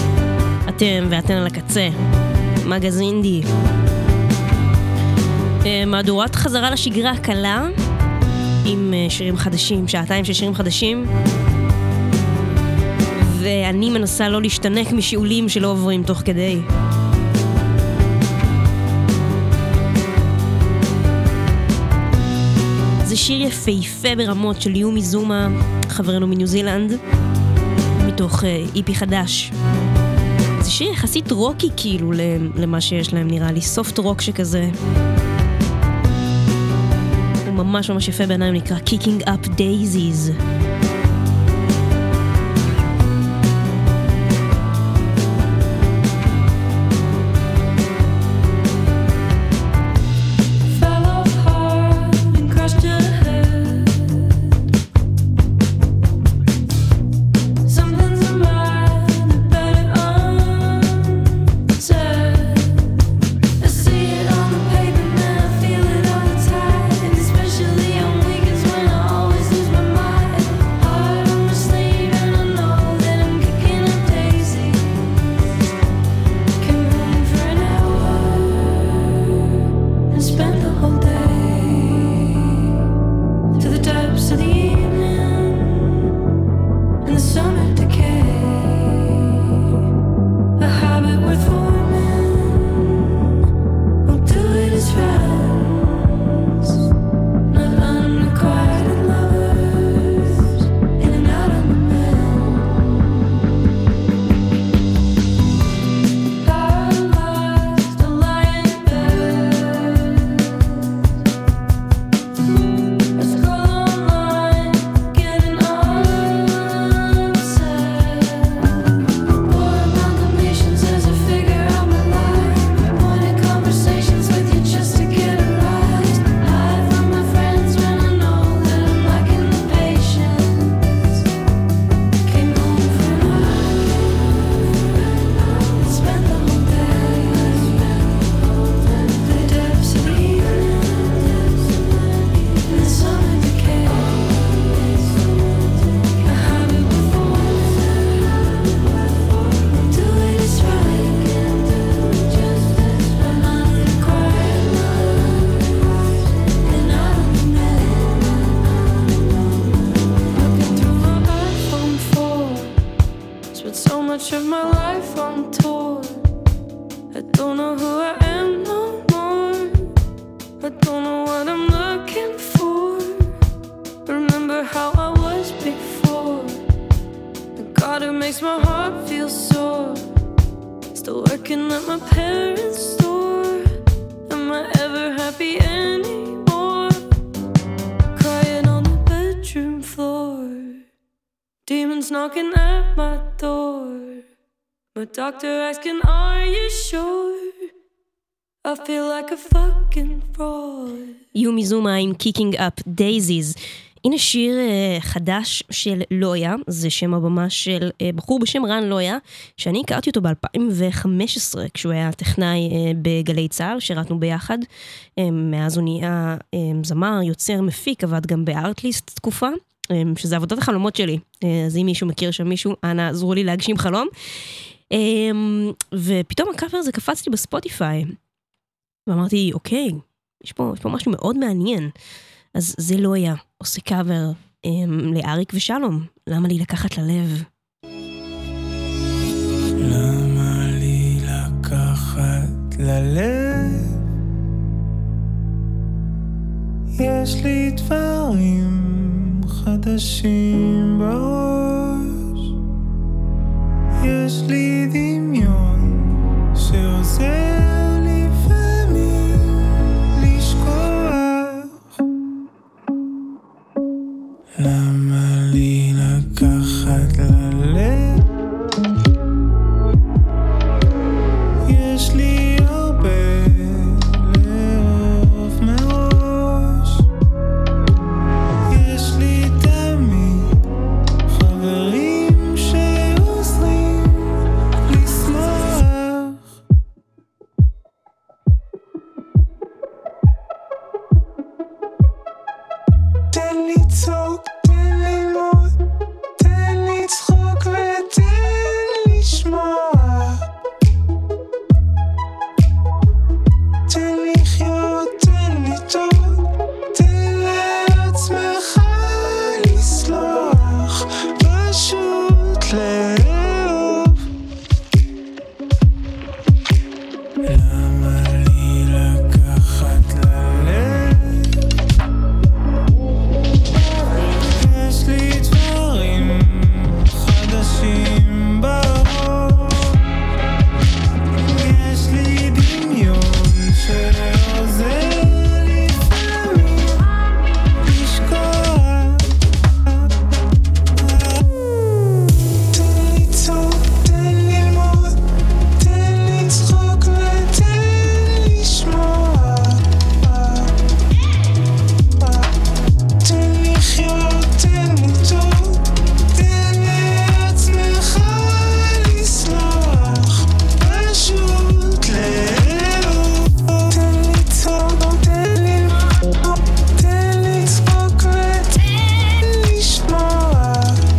אתם ואתן על הקצה. מגזין די. מהדורת חזרה לשגרה קלה עם שירים חדשים, שעתיים של שירים חדשים. ואני מנסה לא להשתנק משיעולים שלא עוברים תוך כדי. זה שיר יפהפה ברמות של יומי זומה, חברנו מניו זילנד, מתוך איפי חדש. זה שיר יחסית רוקי כאילו למה שיש להם, נראה לי סופט רוק שכזה. הוא ממש ממש יפה בעיניים, נקרא Kicking Up Daisies. Especially on weekends when I always lose my mind. my life on tour. I don't know who I am no more. I don't know what I'm looking for. Remember how I was before. God, it makes my heart feel sore. Still working at my parents' store. Am I ever happy anymore? Crying on the bedroom floor. Demons knocking at my door. My doctor asking, are you sure? I feel like a fucking fraud. יומי זומה עם Kicking Up Daisies. הנה שיר uh, חדש של לויה, זה שם הבמה של uh, בחור בשם רן לויה, שאני הכרתי אותו ב-אלפיים וחמש עשרה, כשהוא היה טכנאי uh, בגלי צהל, שירתנו ביחד. Um, מאז הוא נהיה um, זמר, יוצר, מפיק, עבד גם בארטליסט תקופה, um, שזה עבודת החלומות שלי. Uh, אז אם מישהו מכיר שם מישהו, אנא עזרו לי להגשים חלום. Um, ופתאום הקאבר הזה קפץ לי בספוטיפיי, ואמרתי, אוקיי, יש פה, יש פה משהו מאוד מעניין. אז זה לא היה, עושה קאבר אמ, לאריק ושלום. למה לי לקחת ללב? למה לי לקחת ללב? יש לי דברים חדשים בראש. יש לי דמיון שעוזר לי לפעמים לשכוח. למה לי לקחת ללב? יש לי הרבה לאהוב מראש. יש לי תמיד חברים שעוזרים לשמוח. תן לי צוק, תן ללמוד, תן לי צחוק ותן לשמוע. תן לחיות, תן לי טוב, תן לעצמך לסלוח, פשוט לאהוב. למה לי לקחת ללב? יש לי דברים חדשים בראש. יש לי דמיון שעוזר לי לפעמים לשכוח. תן לי צוק, תן ללמוד, תן לי צחוק ותן לשמוע. תן לחיות, תן לי טוב, תן לעצמך לסלוח, פשוט לאהוב. תן לי צוק, תן ללמוד, תן לי צחוק ותן לשמוע.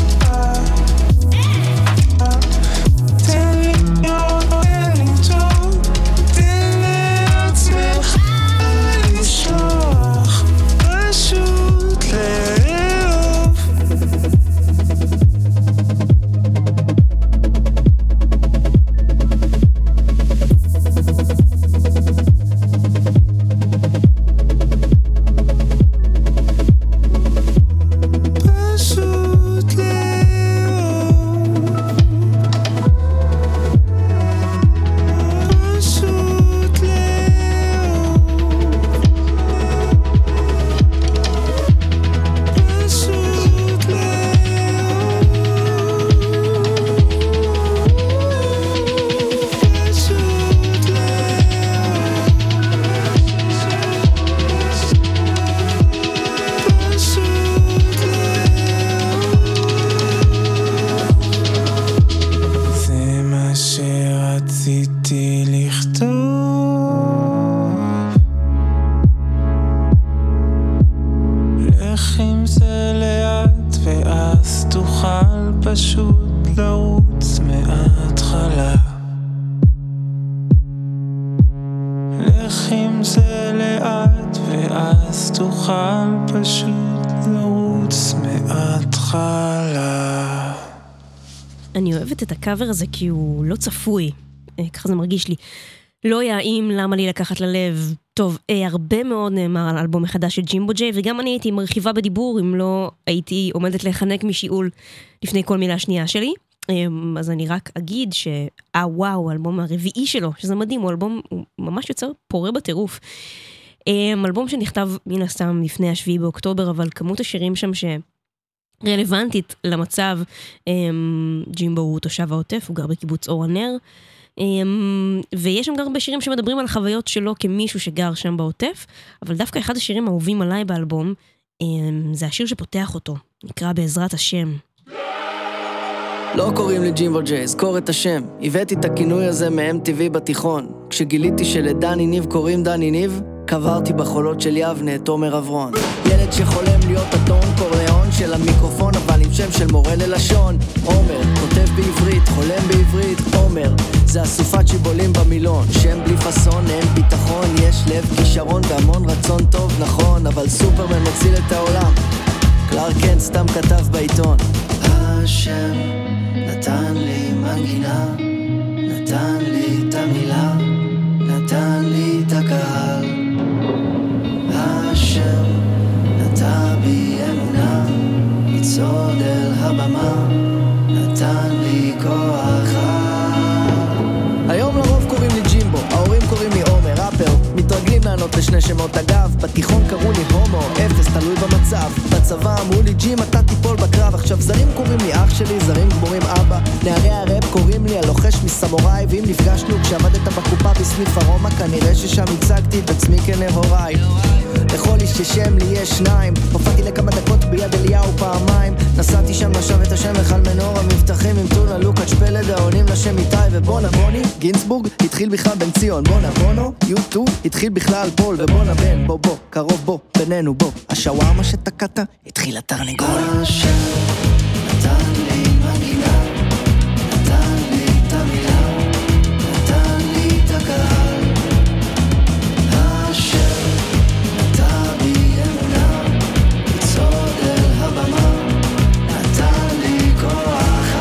תן לחיות, תן לי טוב, תן לעצמך לסלוח, פשוט לאהוב. פשוט לאהוב. פשוט לאהוב. פשוט זה מה שרציתי לכתוב. לך עם זה לאט ואז תוכל פשוט לרוץ מההתחלה. לך עם זה לאט ואז תוכל פשוט לרוץ מההתחלה. אני אוהבת את הקאבר הזה כי הוא לא צפוי, ככה זה מרגיש לי. לא יעים למה לי לקחת ללב. טוב, הרבה מאוד נאמר על אלבום מחדש של ג'ימבו ג'יי, וגם אני הייתי מרחיבה בדיבור אם לא הייתי עומדת להיחנק משיעול לפני כל מילה שנייה שלי. אז אני רק אגיד שאה וואו, האלבום הרביעי שלו, שזה מדהים, הוא אלבום, הוא ממש יוצר פורה בטירוף. אלבום שנכתב מן הסתם לפני השביעי באוקטובר, אבל כמות השירים שם שרלוונטית למצב, ג'ימבו הוא תושב העוטף, הוא גר בקיבוץ אור הנר, ויש שם גם הרבה שירים שמדברים על החוויות שלו כמישהו שגר שם בעוטף, אבל דווקא אחד השירים האהובים עליי באלבום, זה השיר שפותח אותו, נקרא בעזרת השם. לא קוראים לי ג'ימבו ג'יי, זכור את השם. הבאתי את הכינוי הזה מ-אם טי וי בתיכון. כשגיליתי שלדני ניב קוראים דני ניב, קברתי בחולות של יבנה את עומר אברון. ילד שחולם להיות אדון קורליאון של המיקרופון, אבל עם שם של מורה ללשון. עומר, כותב בעברית, חולם בעברית. עומר, זה אסופת שיבולים במילון. שם בלי פסון, אין ביטחון, יש לב, כישרון והמון רצון טוב, נכון, אבל סופרמן מציל את העולם. קלארק קנט סתם כתב בעיתון. השם נתן לי מנגינה, נתן לי את המילה, נתן לי את הקהל. השם נתן בי אמונה, יצעוד אל הבמה, נתן לי כוח. היום לרוב קוראים לי ג'ימבו, ההורים קוראים לי עומר, ראפר, מתרגלים לענות לשני שמות אגב. בתיכון קראו לי הומו, אפס, תלוי במצב. בצבא אמרו לי ג'ים, אתה תיפול בקרב. עכשיו זרים קוראים לי אח שלי, זרים גמורים אבא. נערי הרב קוראים לי הלוחש מסמוראי. ואם נפגשנו כשעמדת בקופה בסניף הרומא, כנראה ששם הצגתי את עצמי כנהוראי. לכל איש ששם לי יש שניים, הופעתי לכמה דקות ביד אליהו פעמיים. נסעתי שם לשב את השם וחל מנור המבטחים עם טונה לוקאץ' פלד העונים לשם איתי ובונה בוני. גינסבורג התחיל בכלל בן ציון, בונה בונו יוטו התחיל בכלל פול ובונה בן בוא בוא קרוב בוא בינינו בוא. השווארמה שתקעת התחיל התרנגול. השם נתן לי מנגינה, נתן לי את המילה, נתן לי את הקהל. השם נתן בי אמונה, יצעוד אל הבמה, נתן לי כוח.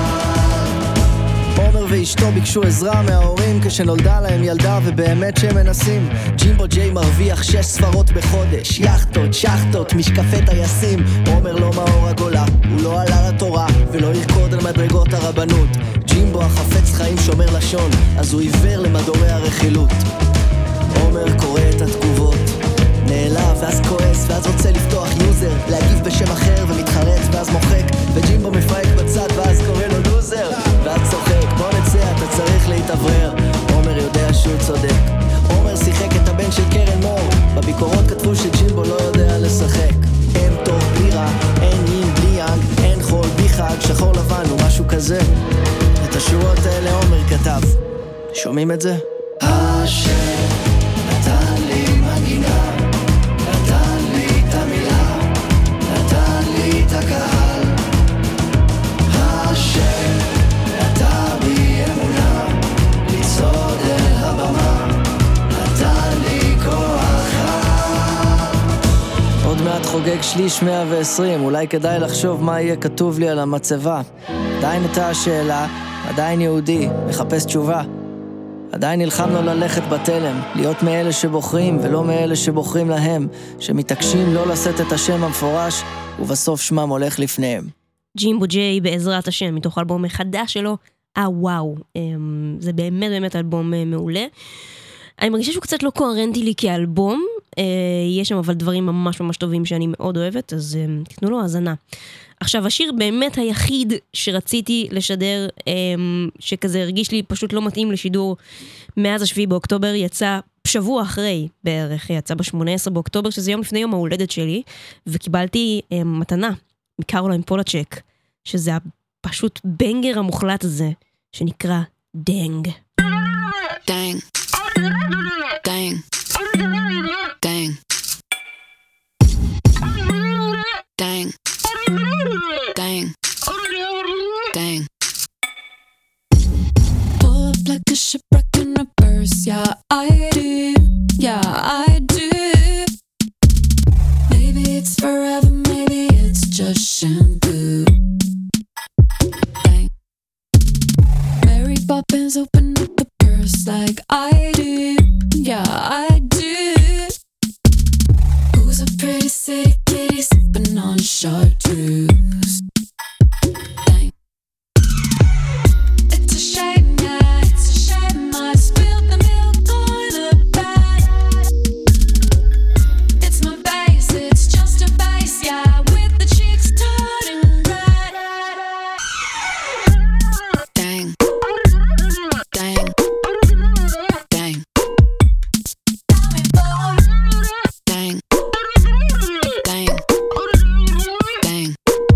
עומר ואשתו ביקשו עזרה מההורים כשנולדה להם ילדה, ובאמת שמנסים. ג'ימבו ג'יי מרוויח שש ספרות בחודש, יחטות, שחטות, משקפי טייסים. עומר לא מאור הגולה, הוא לא עלה לתורה ולא ירקוד על מדרגות הרבנות. ג'ימבו החפץ חיים שומר לשון, אז הוא עיוור למדורי הרכילות. עומר קורא את התגובות, נעלב ואז כועס ואז רוצה לפתוח יוזר, להגיב בשם אחר ומתחרט ואז מוחק, וג'ימבו מפרק בצד ואז קורא לו לוזר, ואז צוחק, בוא נצא, אתה צריך להתעברר. עומר יודע שהוא צודק. עומר שיחק את הבן של קרן מור, בביקורות כתבו שג'ימבו לא יודע לשחק. אין טוב בלי רע, אין יין בלי יאנג, אין חול בלי חג, שחור לבן או משהו כזה. את השורות האלה עומר כתב, שומעים את זה? השם נתן לי מנגינה, נתן לי את המילה, נתן לי את הקהל. השם נתן בי אמונה, לצעוד אל הבמה, נתן לי כוח. עוד מעט חוגג שליש מאה ועשרים, אולי כדאי לחשוב מה יהיה כתוב לי על המצבה. עדיין הייתה השאלה, עדיין יהודי, מחפש תשובה. עדיין נלחם לו ללכת בתלם, להיות מאלה שבוחרים ולא מאלה שבוחרים להם, שמתעקשים לא לשאת את השם המפורש, ובסוף שמם הולך לפניהם. ג'ימבו ג'יי בעזרת השם, מתוך אלבום מחדש שלו, אה וואו, זה באמת באמת אלבום מעולה. אני מרגישה שהוא קצת לא קוהרנטי לי כאלבום, יש שם אבל דברים ממש ממש טובים שאני מאוד אוהבת, אז תתנו לו האזנה. עכשיו, השיר באמת היחיד שרציתי לשדר, שכזה הרגיש לי פשוט לא מתאים לשידור מאז השביעי באוקטובר, יצא שבוע אחרי בערך, יצא ב-שמונה עשרה באוקטובר, שזה יום לפני יום ההולדת שלי, וקיבלתי מתנה מקרולין פולצ'ק, שזה פשוט בנגר המוחלט הזה, שנקרא דנג. דנג. דנג. דנג. Dang. Dang. Dang. Pull up like a shipwreck in reverse. Yeah, I do. Yeah, I do. Maybe it's forever, maybe it's just shampoo. Dang. is open up the purse like I do. Yeah, I do. Who's a pretty city kitty sipping on chartreuse? Dang. It's a shame, yeah, it's a shame I spilled the milk on the bed. It's my base, it's just a base, yeah, with the cheeks turning red. Dang. Dang. Dang. Dang. Dang. Dang.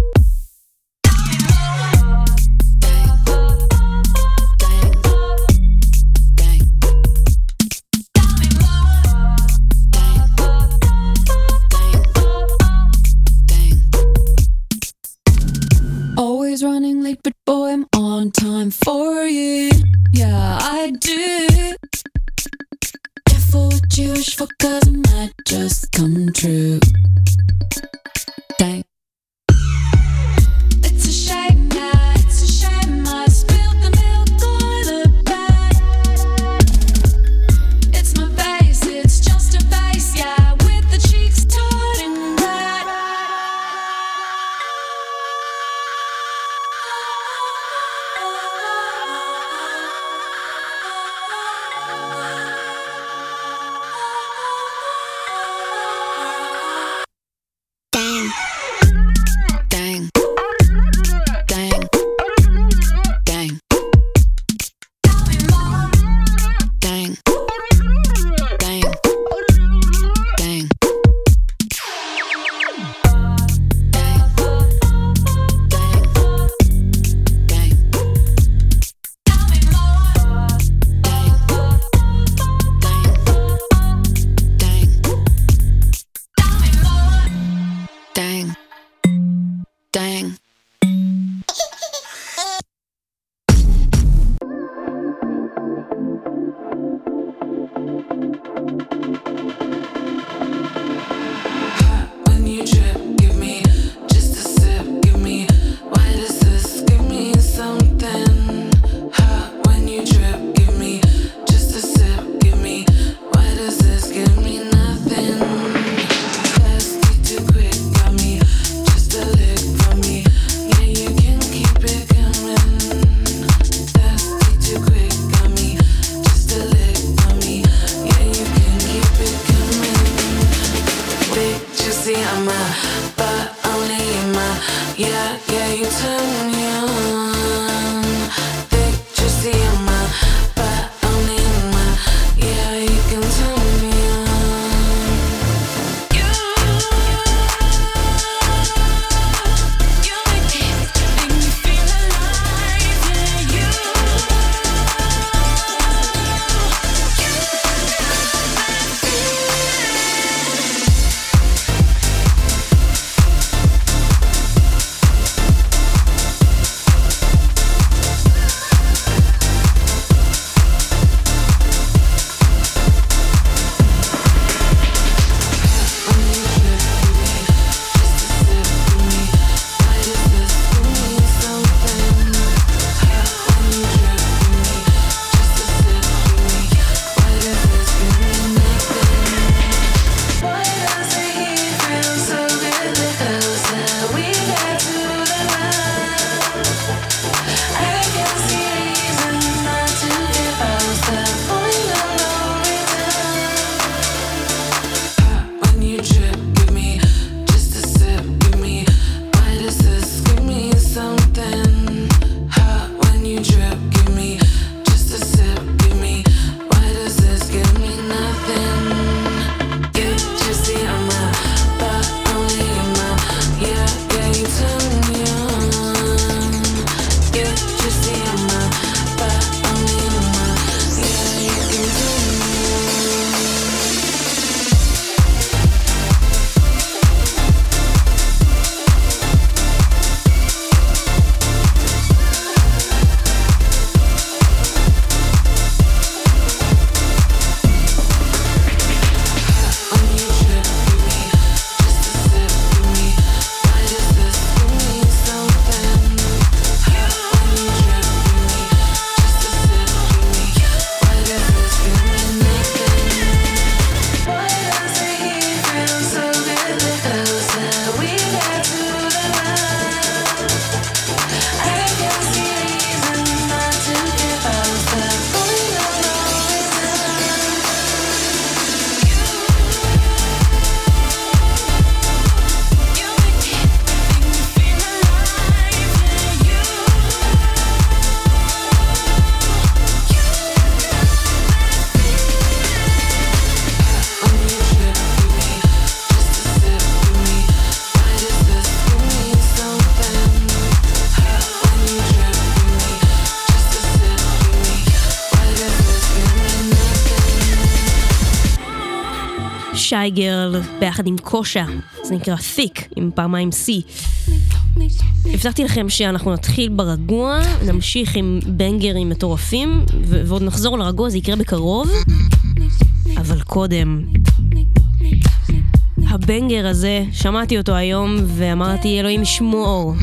Always running late, but boy, I'm on time for you. Yeah, I do. Careful what you wish for, cause it might just come true. Dang. It's a shame, yeah, it's a shame I spilled the milk on the bed. It's my base, it's just a base, yeah, with the cheeks turning red. שי גרל ביחד עם קושה, זה נקרא thick עם פעמיים C. הבטחתי לכם שאנחנו נתחיל ברגוע, נמשיך עם בנגרים מטורפים, ו- ועוד נחזור לרגוע, זה יקרה בקרוב. אבל קודם, הבנגר הזה, שמעתי אותו היום ואמרתי אלוהים ישמור.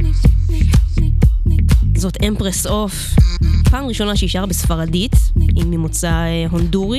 זאת אמפרס אוף, פעם ראשונה שהיא שרה בספרדית, היא ממוצא הונדורי.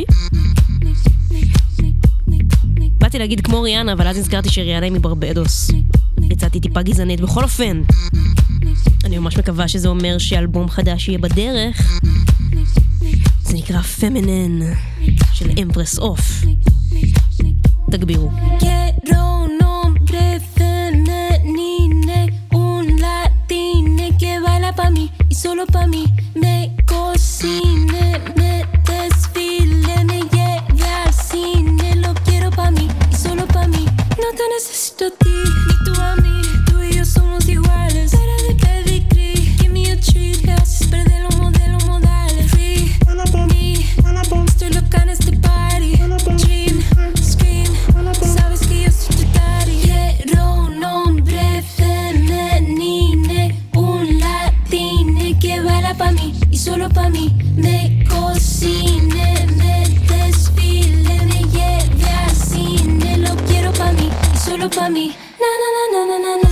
באתי להגיד כמו ריאנה, אבל אז נזכרתי שריאנה היא מברבדוס. יצאתי טיפה גזענית. בכל אופן, אני ממש מקווה שזה אומר שאלבום חדש יהיה בדרך. זה נקרא פמינן של אמפרס אוף. תגבירו. Quiero un hombre femenino, un latino que baila pa' mí y solo pa' mí. Me cocine, me desfile, me lleve al cine. Lo quiero pa' mí y solo pa' mí. No te necesito a ti, ni tú a mí. Tú y yo somos iguales. Para de pedigrí, give me a treat. Te haces perder los modelos modales. Free me, estoy loca en este party. Dream, scream, sabes que yo soy tu daddy. Quiero un hombre femenino, un latino que baila pa' mí y solo pa' mí. Me cocine, me desfile, me lleve al cine. Lo quiero pa' mí y solo pa' mí. Na na na na na na na.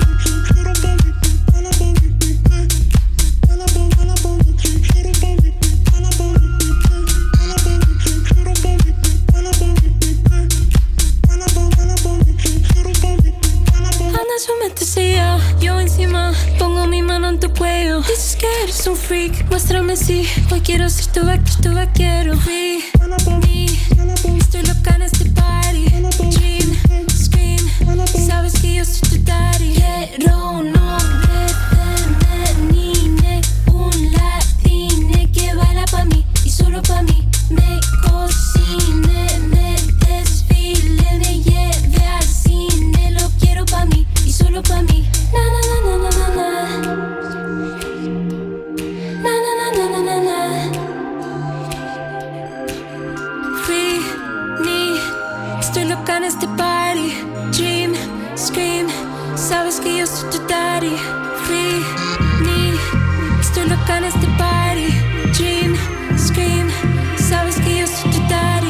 Anda, sometesía, yo encima pongo mi mano en tu cuello. Dices que eres un freak, muéstrame si hoy quiero ser tu vaquero, tu vaquero. Free me, estoy loca en este party. Dream, scream, sabes que yo soy tu daddy. Quiero un hombre femenino, un latino que baila pa' mí y solo pa' mí. Me cocine, me desfile, me lleve al cine. Lo quiero pa' mí y solo pa' mí. Na na na na na na na. Na na na na na na na. Free me, estoy loca en este party. Dream, scream, sabes que yo soy tu daddy. Free me, estoy loca en este party. Dream, scream, sabes que yo soy tu daddy.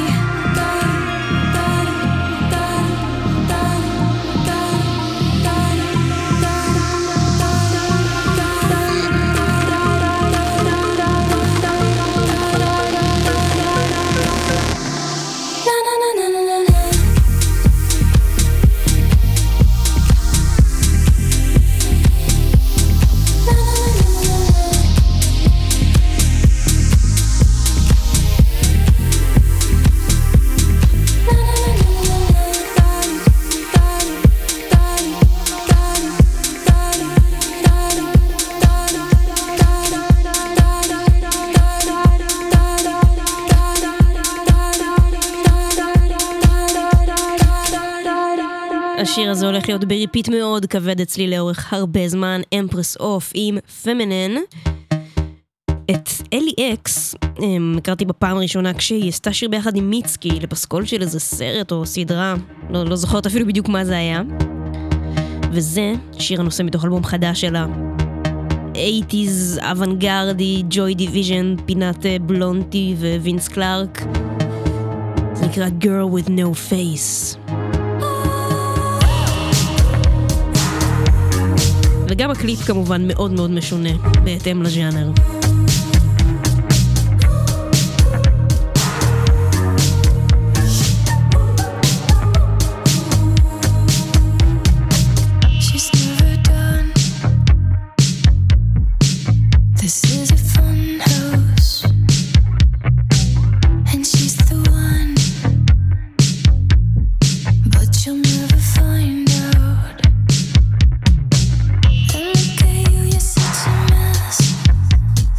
השיר הזה הולך להיות בריפיט מאוד כבד אצלי לאורך הרבה זמן. אמפרס אוף עם פמינן. את אלי אקס הכרתי בפעם הראשונה כשהיא עשתה שיר ביחד עם מיצקי לפסקול של איזה סרט או סדרה, לא, לא זוכרת אפילו בדיוק מה זה היה. וזה שיר הנושא מתוך אלבום חדש שלה, שמונים אוונגרדי, ג'וי דיוויז'ן, פינת בלונטי ווינס קלארק. זה נקרא Girl with No Face. וגם הקליפ כמובן מאוד מאוד משונה בהתאם לז'אנר. Look at you, you're such a mess.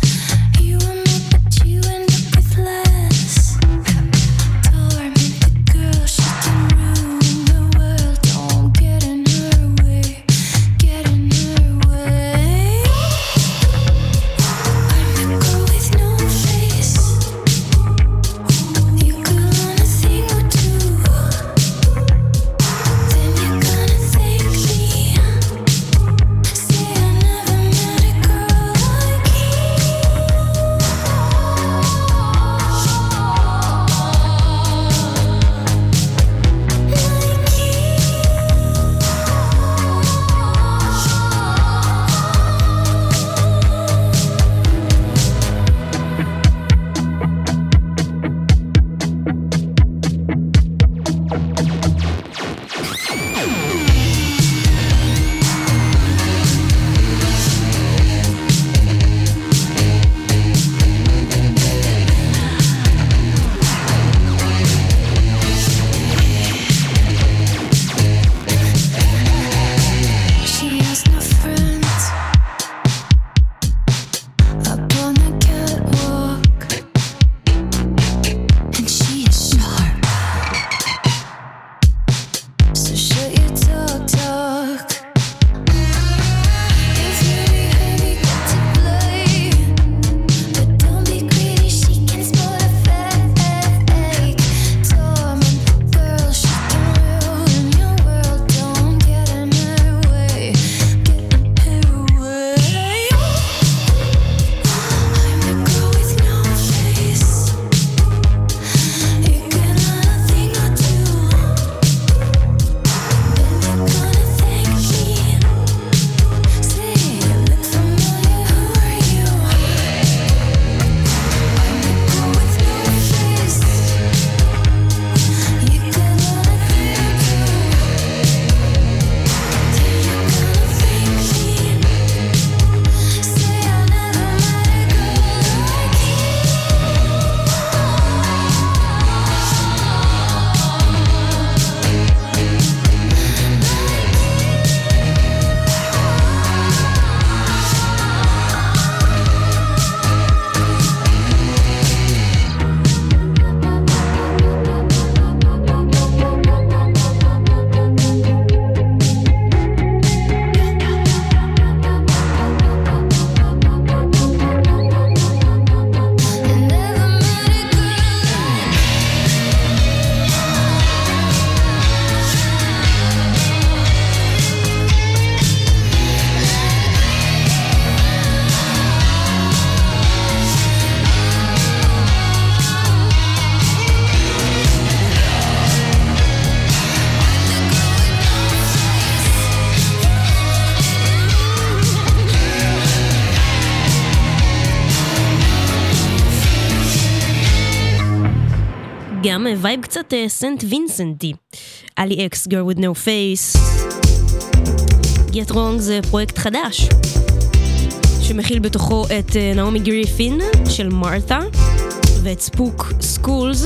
גם וייב קצת סנט וינסנטי. אלי אקס, Girl with No Face. Get Wrong זה פרויקט חדש שמכיל בתוכו את נעמי גריפין של מרתה ואת ספוק סקולס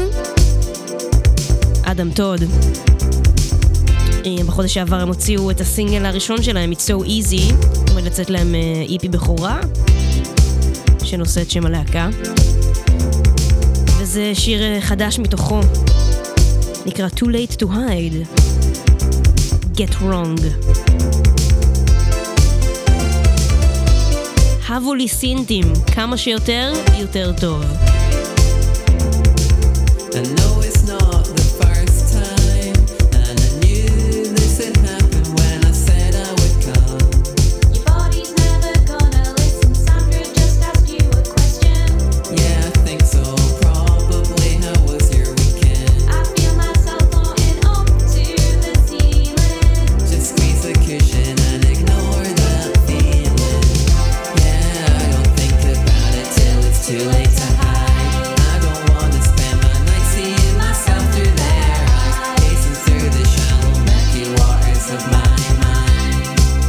אדם טוד. בחודש שעבר הם הוציאו את הסינגל הראשון שלהם, It's So Easy, עומד לצאת להם איפי בחורה שנושא את שם הלהקה, וזה שיר חדש מתוכו, נקרא Too Late to Hide, Get Wrong. הבו לי סינטים, כמה שיותר, יותר טוב. I know it's not the first time, and I knew this had happened when I said I would come. Your body's never gonna listen. Sandra just asked you a question. Yeah, I think so. Probably. How was your weekend? I feel myself floating up to the ceiling. Just squeeze the cushion and ignore that feeling. Yeah, I don't think about it till it's too late to hide. I don't wanna spend my night seeing myself through their eyes, pacing through the shallow, murky waters of my mind.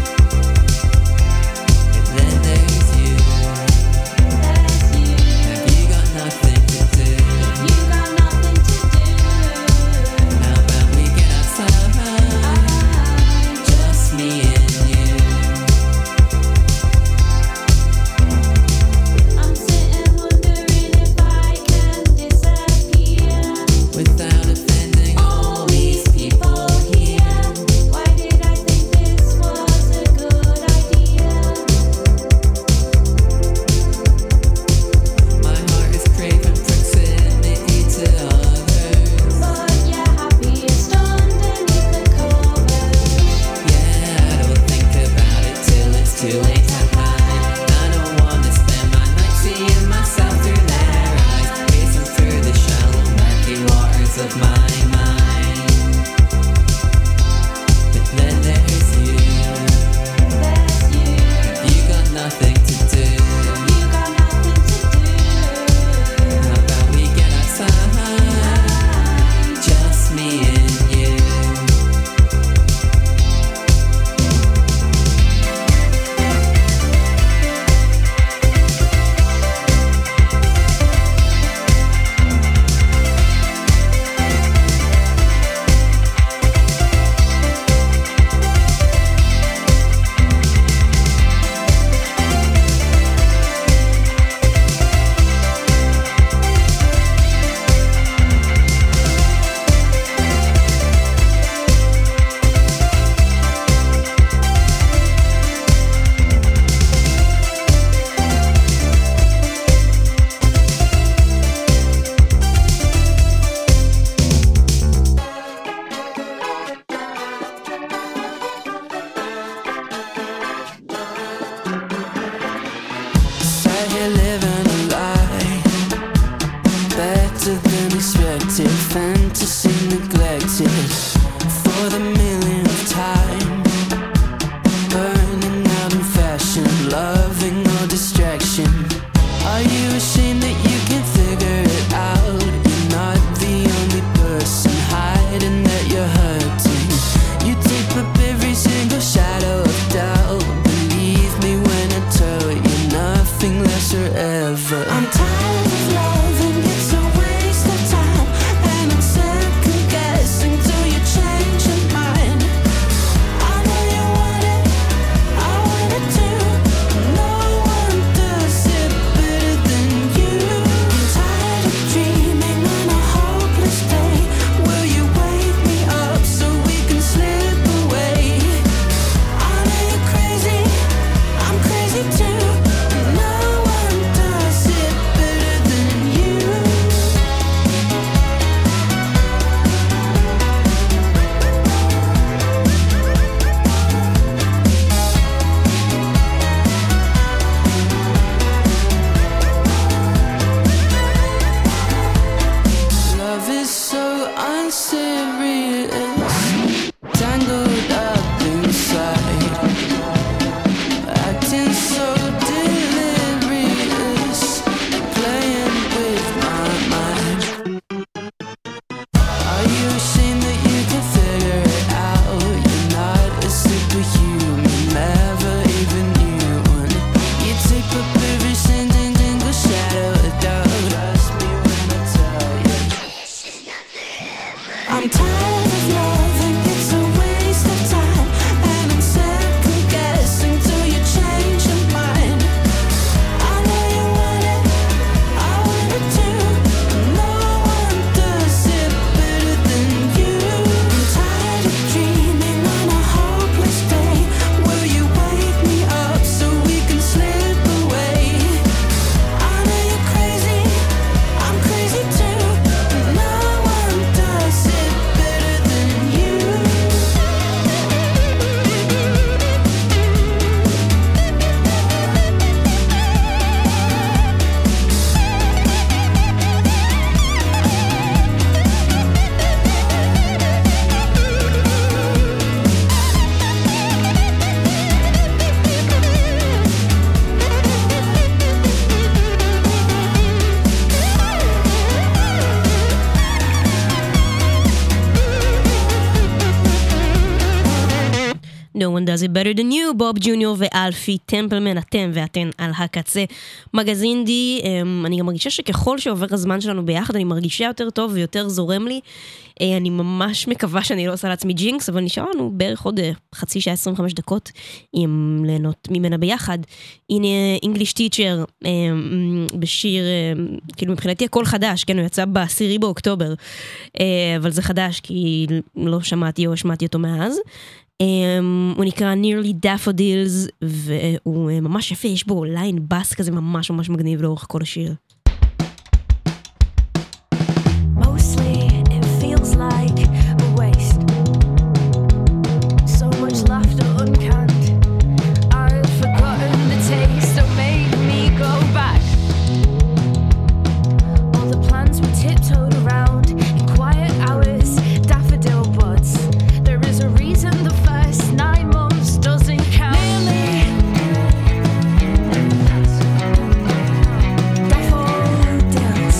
And then there's you. There's you. Have you got nothing to do? You got nothing to do. How about we get outside? Just me and you. I'm sitting wondering if I can disappear Without offending all these people here. Why did I think this was a good idea? my heart is craving proximity to others. But you're happiest underneath the covers. Yeah, I don't think about it till it's too late to hide. I don't wanna spend my night seeing myself through their eyes, pacing through the shallow, murky waters of my mind. But then there's you. There's you. You got nothing to do. You got nothing to do. How about we get outside? Just me and you. Sat here living a lie, better than expected, fantasy neglected for the millionth time, burning out in fashion, loving all distraction. Are you ashamed that you can figure it out? You're not the only person hiding that you're hurting. You take up every single shadow of doubt. Believe me when I tell you nothing lasts forever. I'm tired of loving, it's a waste of time, and I'm sick No one does it better than you, בוב ג'וניור ואלפי טמפלמן, אתם ואתן על הקצה. מגזין די, אני גם מרגישה שככל שעובר הזמן שלנו ביחד, אני מרגישה יותר טוב ויותר זורם לי. אני ממש מקווה שאני לא עושה לעצמי ג'ינקס, אבל נשאר לנו בערך עוד חצי שעה עשרים וחמש דקות עם ליהנות ממנה ביחד. הנה English Teacher בשיר, כאילו מבחינתי הכל חדש, כן, הוא יצא בעשירי באוקטובר, אבל זה חדש כי לא שמעתי או שמעתי אותו מאז. הוא נקרא Nearly Daffodils, והוא ממש יפה, יש בו ליין בס כזה ממש ממש מגניב לאורך כל השיר. Mostly it feels like a waste. So much laughter uncanned. I've forgotten the taste that made me go back. All the plans were tiptoed around in quiet hours, daffodil buds. There is a reason the first nine months doesn't count. Nearly daffodils.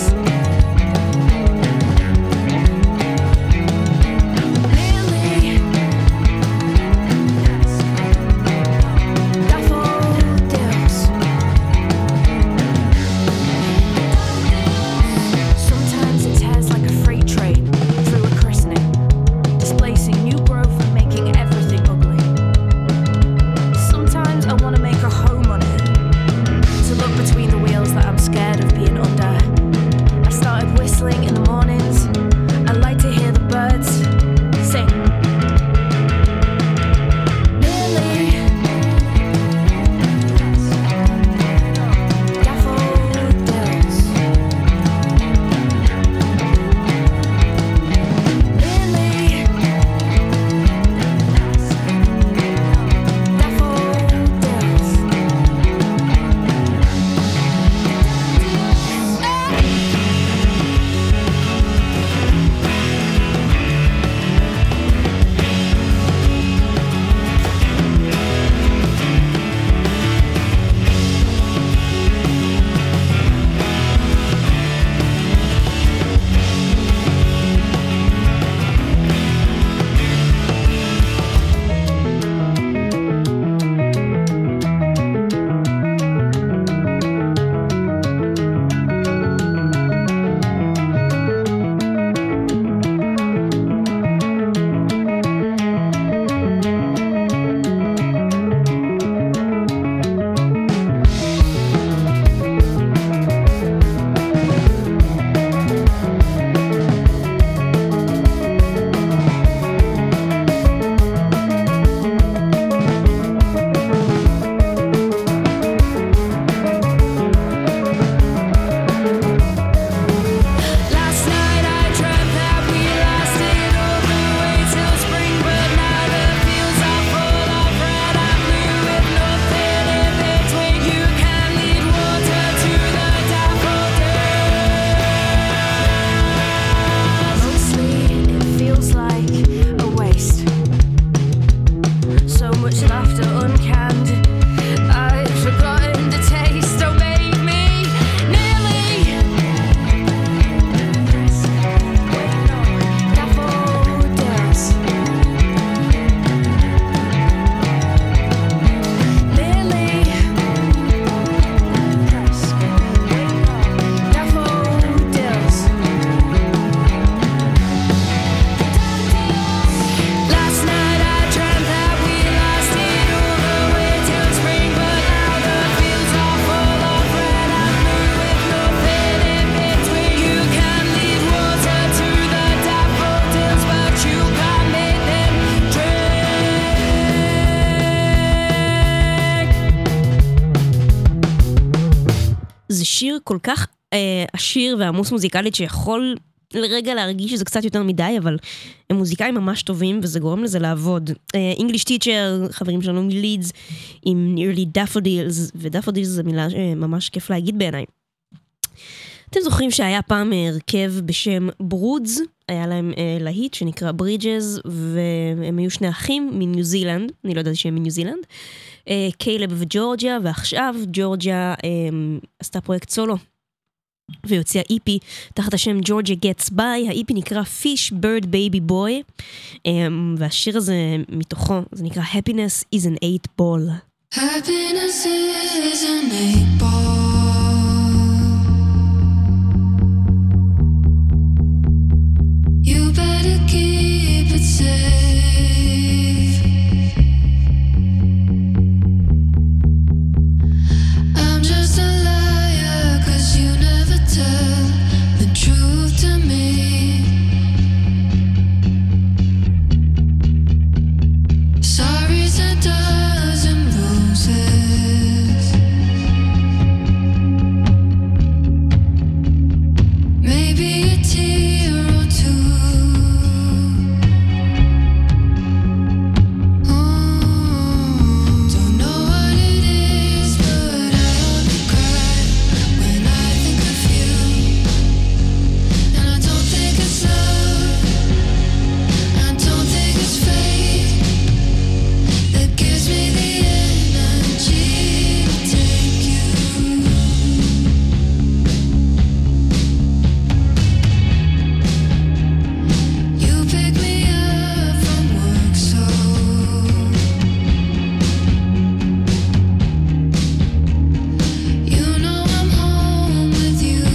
Sometimes it tears like a freight train through a christening, displacing new growth and making everything ugly. Sometimes I want to make a home on it, to look between the wheels that I'm scared of being under. I started whistling in the mornings. I like to hear the birds sing. Nearly daffodils. Nearly daffodils. Last night I dreamt that we lasted all the way till spring, but now the fields are full of red and blue with nothing in between. You can lead water to the daffodils. Mostly it feels like a waste. So much laughter uncanned. I've forgotten the taste. Don't make me nearly daffodils. Nearly daffodils. Last night I dreamt that we lasted all the way till spring, but now the fields are full of red and blue with nothing in between. You can lead water to the daffodils, but you can't make them drink. זה שיר כל כך אה, עשיר ועמוס מוזיקלית שיכול לרגע להרגיש שזה קצת יותר מדי, אבל הם מוזיקאים ממש טובים וזה גורם לזה לעבוד. אה, English Teacher, חברים שלנו מלידס, עם Nearly Daffodils, ודאפודיל זה מילה שממש כיף להגיד בעיניי. אתם זוכרים שהיה פעם הרכב בשם ברודס, היה להם אה, להיט שנקרא ברידג'ז, והם היו שני אחים מניו זילנד, אני לא יודעת שהם מניו זילנד, אה, קיילב וג'ורג'יה, ועכשיו ג'ורג'יה אה, עשתה פרויקט סולו ויוציאה איפי תחת השם Georgia Gets By. האיפי נקרא Fish Bird Baby Boy, והשיר הזה מתוכו, זה נקרא Happiness is an eight ball. Happiness is an eight ball. You better keep it safe. I'm just a liar, 'cause you never tell the truth to me. Sorry's a dozen roses. Maybe a tear or two. Don't know what it is, but I only cry when I think of you. And I don't think it's love, I don't think it's fate that gives me the energy to take you. You pick me up from work, so you know I'm home with you.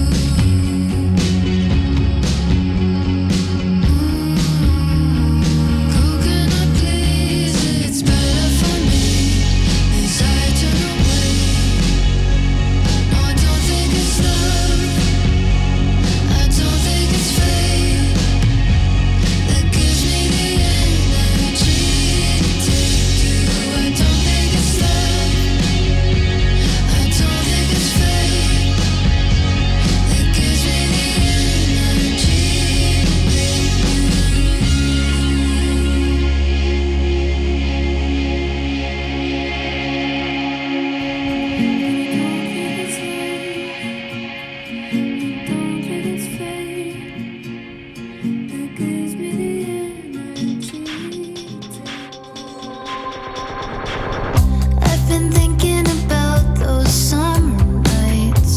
Coconut, please, it's better for me. Desire to turn away. No, I don't think it's love, I don't think it's fate that gives me the energy to take you. I don't think it's love, I don't think it's fate that gives me the energy to take you. I've been thinking about those summer nights,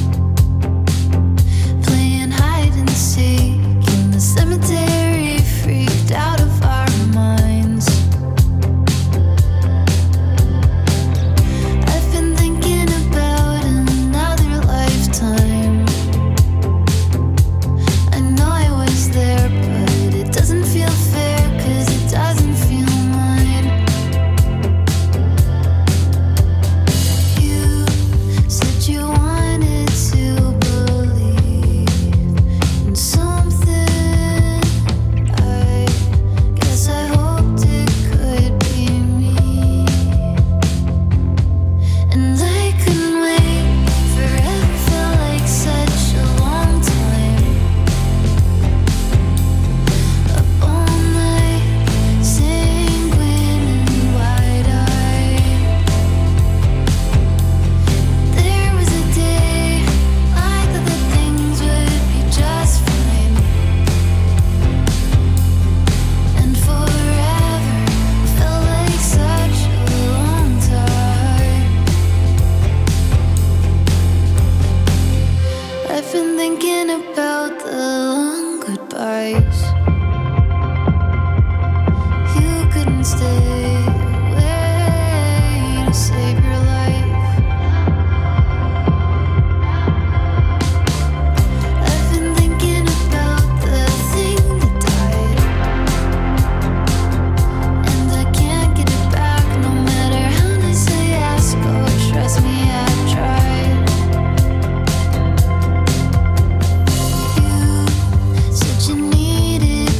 playing hide and seek in the cemetery, freaked out of our minds. I've been thinking about another lifetime. I know I was there, but it doesn't feel fair, 'cause it doesn't feel mine. You said you wanted to believe in something. I guess I hoped it could be me. And I couldn't wait forever, felt like such a long time. Up all night, sanguine and wide-eyed. There was a day I thought that things would be just fine, and forever felt like such a long time. I've been thinking about the long goodbyes. You couldn't stay away to save your life. I've been thinking about the thing that died, and I can't get it back no matter how nice I ask. Oh, trust me, I've tried. You said you needed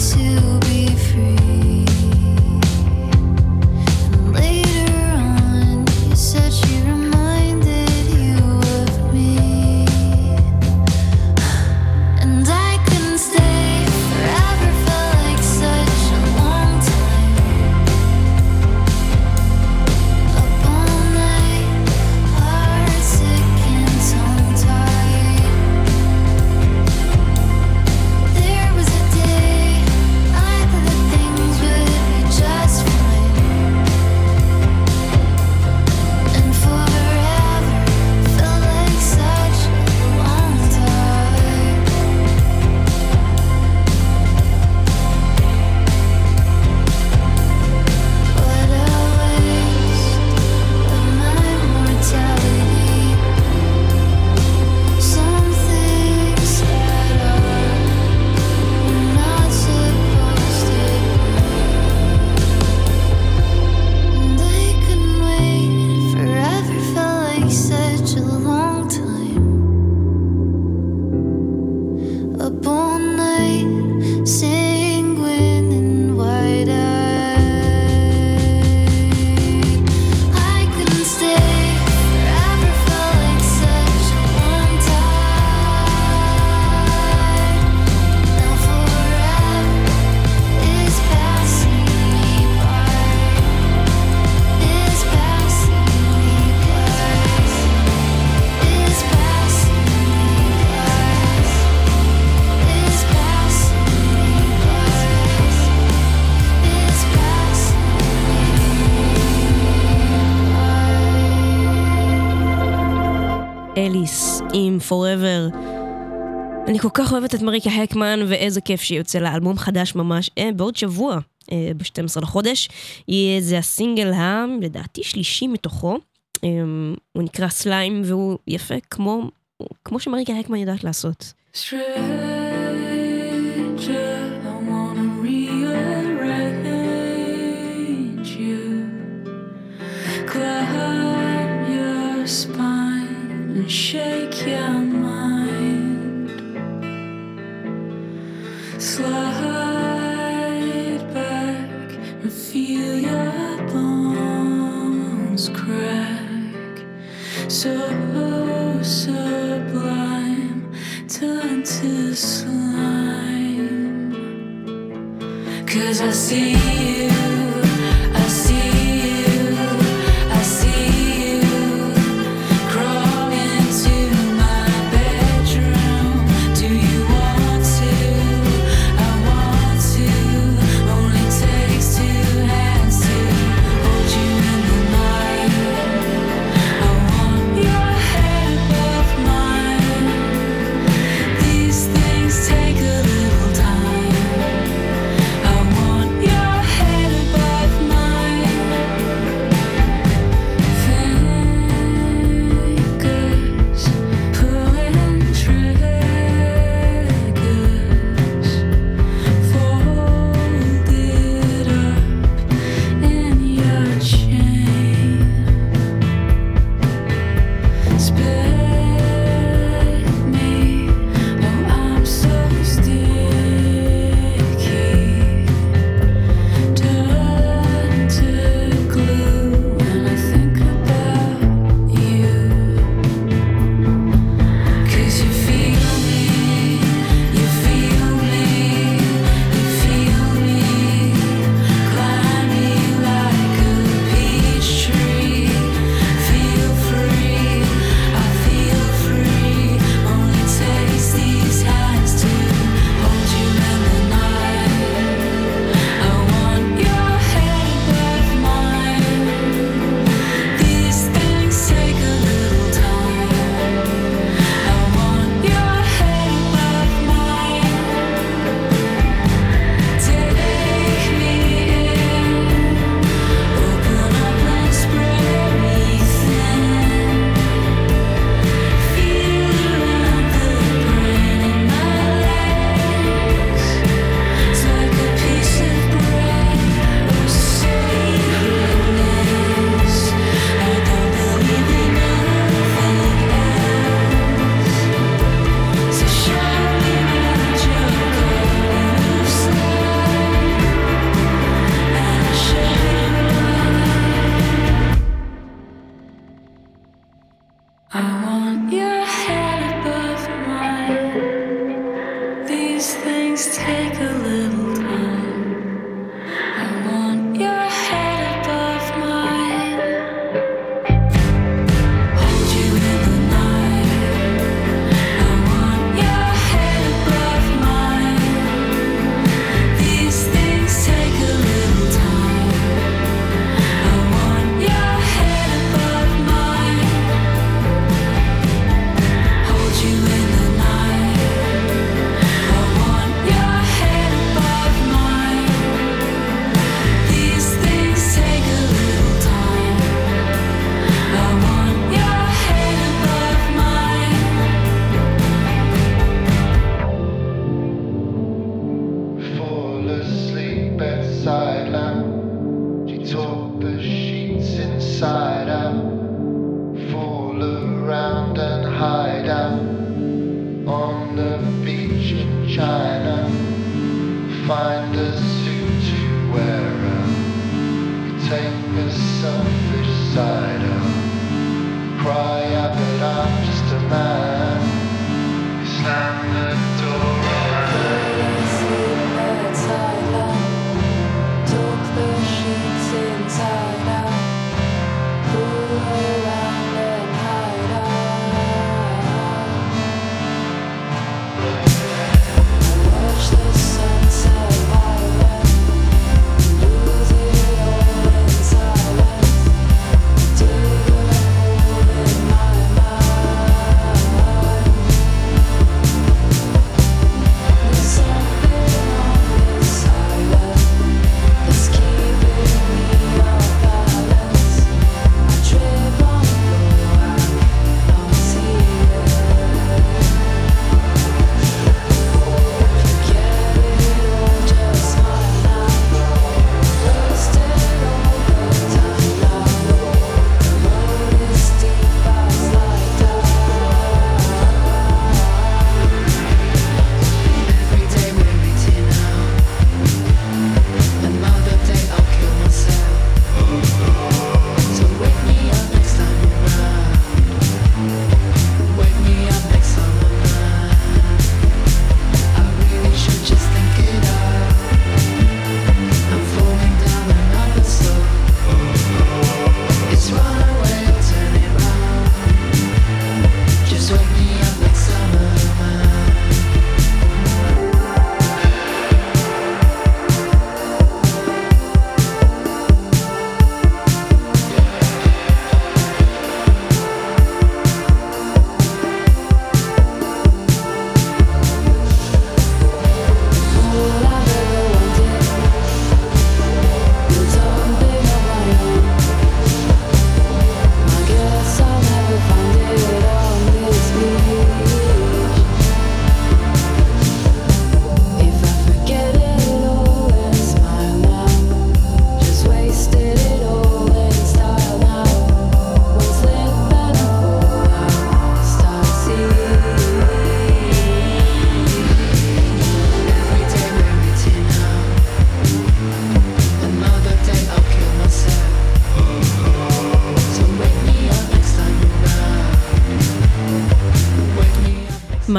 אליס עם Forever. אני כל כך אוהבת את מריקה הקמן, ואיזה כיף שיוצא לה אלבום חדש ממש אה, בעוד שבוע, אה, ב-שנים עשר לחודש. יהיה זה הסינגל ה, לדעתי, שלישי מתוכו. אה, הוא נקרא סליים, והוא יפה כמו, כמו שמריקה הקמן יודעת לעשות. Stranger, I wanna rearrange you, climb your spine and shake your mind, slide back and feel your bones crack, so sublime, turn to slime. 'Cause I see you, I see you, I see you crawl into my bedroom. Do you want to? I want to. Only takes two hands to hold you in the night. I want your head above mine. These things take a little time. I want your head above mine. Fingers pulling triggers, folded up in your chain. Spit me, oh I'm so sticky. Turn to glue when I think about you. 'Cause you feel me, you feel me, you feel me. Climb me like a peach tree. Feel free, I feel free. Only takes these hands to hold you in the night. I want your head above mine. These things take a little time. I want your head above mine. Take me in, open up and spread me thin. Feel around the brain in my legs. It's like a piece of bread or sweetness. I don't believe in nothing else. So show me magic of slime, and I'll show you mine. I want your head above mine. These things take a little time. I want your head above mine. Hold you in the night. I want your head above mine. These things take a little time. I want your head above mine. Hold you in the night. I want your head above mine. These things take a little time. I want your head above mine. Fall asleep bedside lamp. She tore the sheets inside out. Fall around and hide out on the beach in China. Find a suit to wear out. Take the selfish side out. Cry out that I'm just a man. Slam the door around. Took the sheets inside out. Pull around and hide out. Watch the sunset violent. Lose it all in silence. Dig a hole in my mind.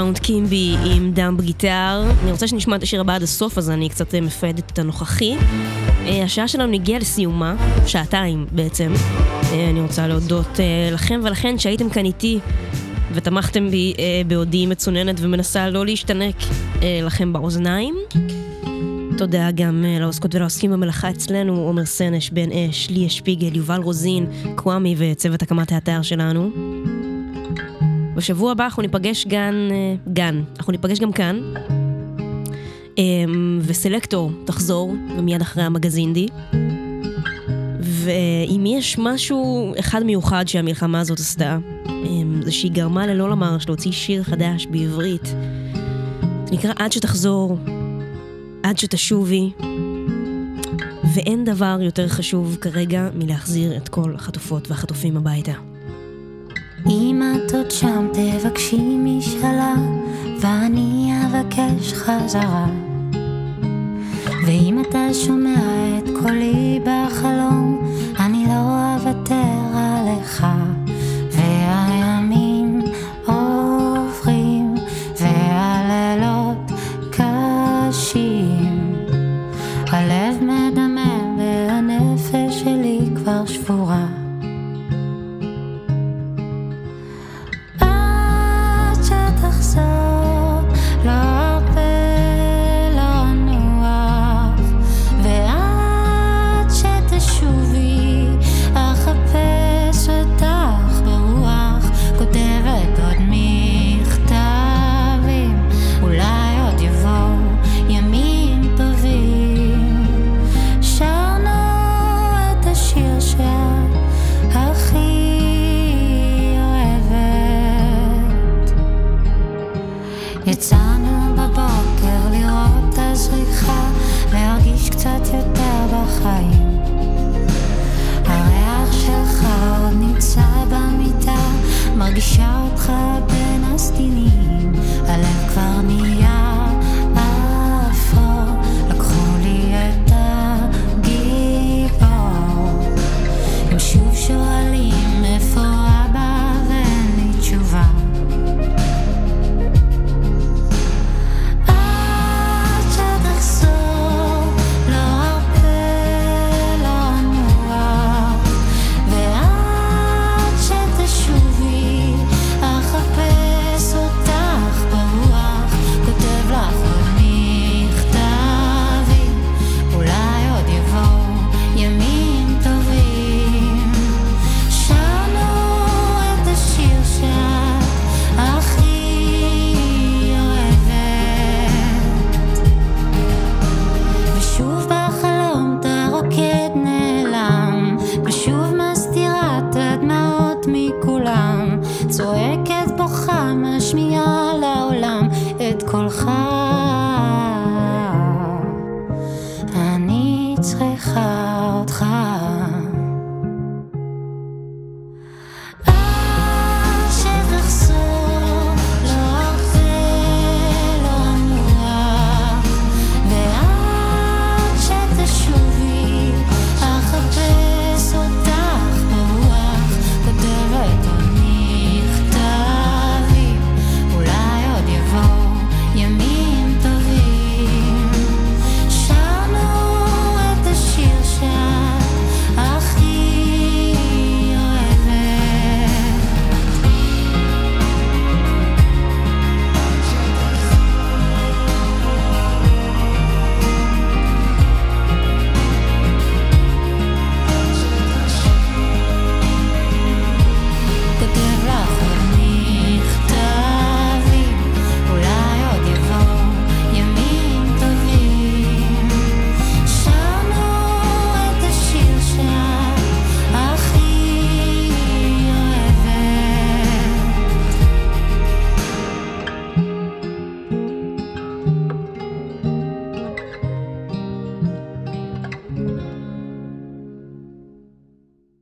מאונט קימבי עם דאמפ גיטר. אני רוצה שנשמע את השיר הבא עד הסוף, אז אני קצת מפיידת את הנוכחי. השעה שלנו הגיעה לסיומה, שעתיים בעצם. אני רוצה להודות לכם ולכן שהייתם כאן איתי ותמכתם בי בעודי מצוננת ומנסה לא להשתנק לכם באוזניים. תודה גם לעוסקות ולעוסקים במלאכה אצלנו, עומר סנש, בן אש, ליה שפיגל, יובל רוזין, קוואמי וצוות הקמת האתר שלנו. בשבוע הבא אנחנו ניפגש גן, גן, אנחנו ניפגש גם כאן. וסלקטור תחזור, ומיד אחרי המגזינדי. ואם יש משהו אחד מיוחד שהמלחמה הזאת עשתה, זה שהיא גרמה ללא למרש להוציא שיר חדש בעברית. זה נקרא עד שתחזור, עד שתשובי, ואין דבר יותר חשוב כרגע מלהחזיר את כל החטופות והחטופים הביתה. אם את עוד שם תבקשי משאלה ואני אבקש חזרה, ואם אתה שומע את קולי בחלום אני לא אוותר עליך. והימים עוברים והלילות קשים, הלב מדמם והנפש שלי כבר שבורה. עד שתחזור לא הרבה לא נוח, ועד שתשובי אחפש אותך ברוח, כותבת עוד מכתבים, אולי עוד יבואו ימים טובים. שרנו את השיר שאת הכי אוהבת, יצאנו בבוקר לראות את הזריחה, להרגיש קצת יותר בחיים. הריח שלך עוד נמצא במיטה, מרגישה אותך בין הסדינים, הלב כבר נהיה אפור, לקחו לי את הגיבור. הם שוב שואלים איפה אבא ואין לי תשובה. עד שתחזור לא הרבה לא נוח, ועד שתשובי אחפש אותך ברוח, כותב לך עוד מכתבים, אולי עוד יבואו ימים טובים. שרנו את השיר שאת הכי אוהבת, ושוב בחלום אתה רוקד נעלם, ושוב מסתירה את הדמעות מכולם, צועקת בוכה משמיעה לעולם את קולך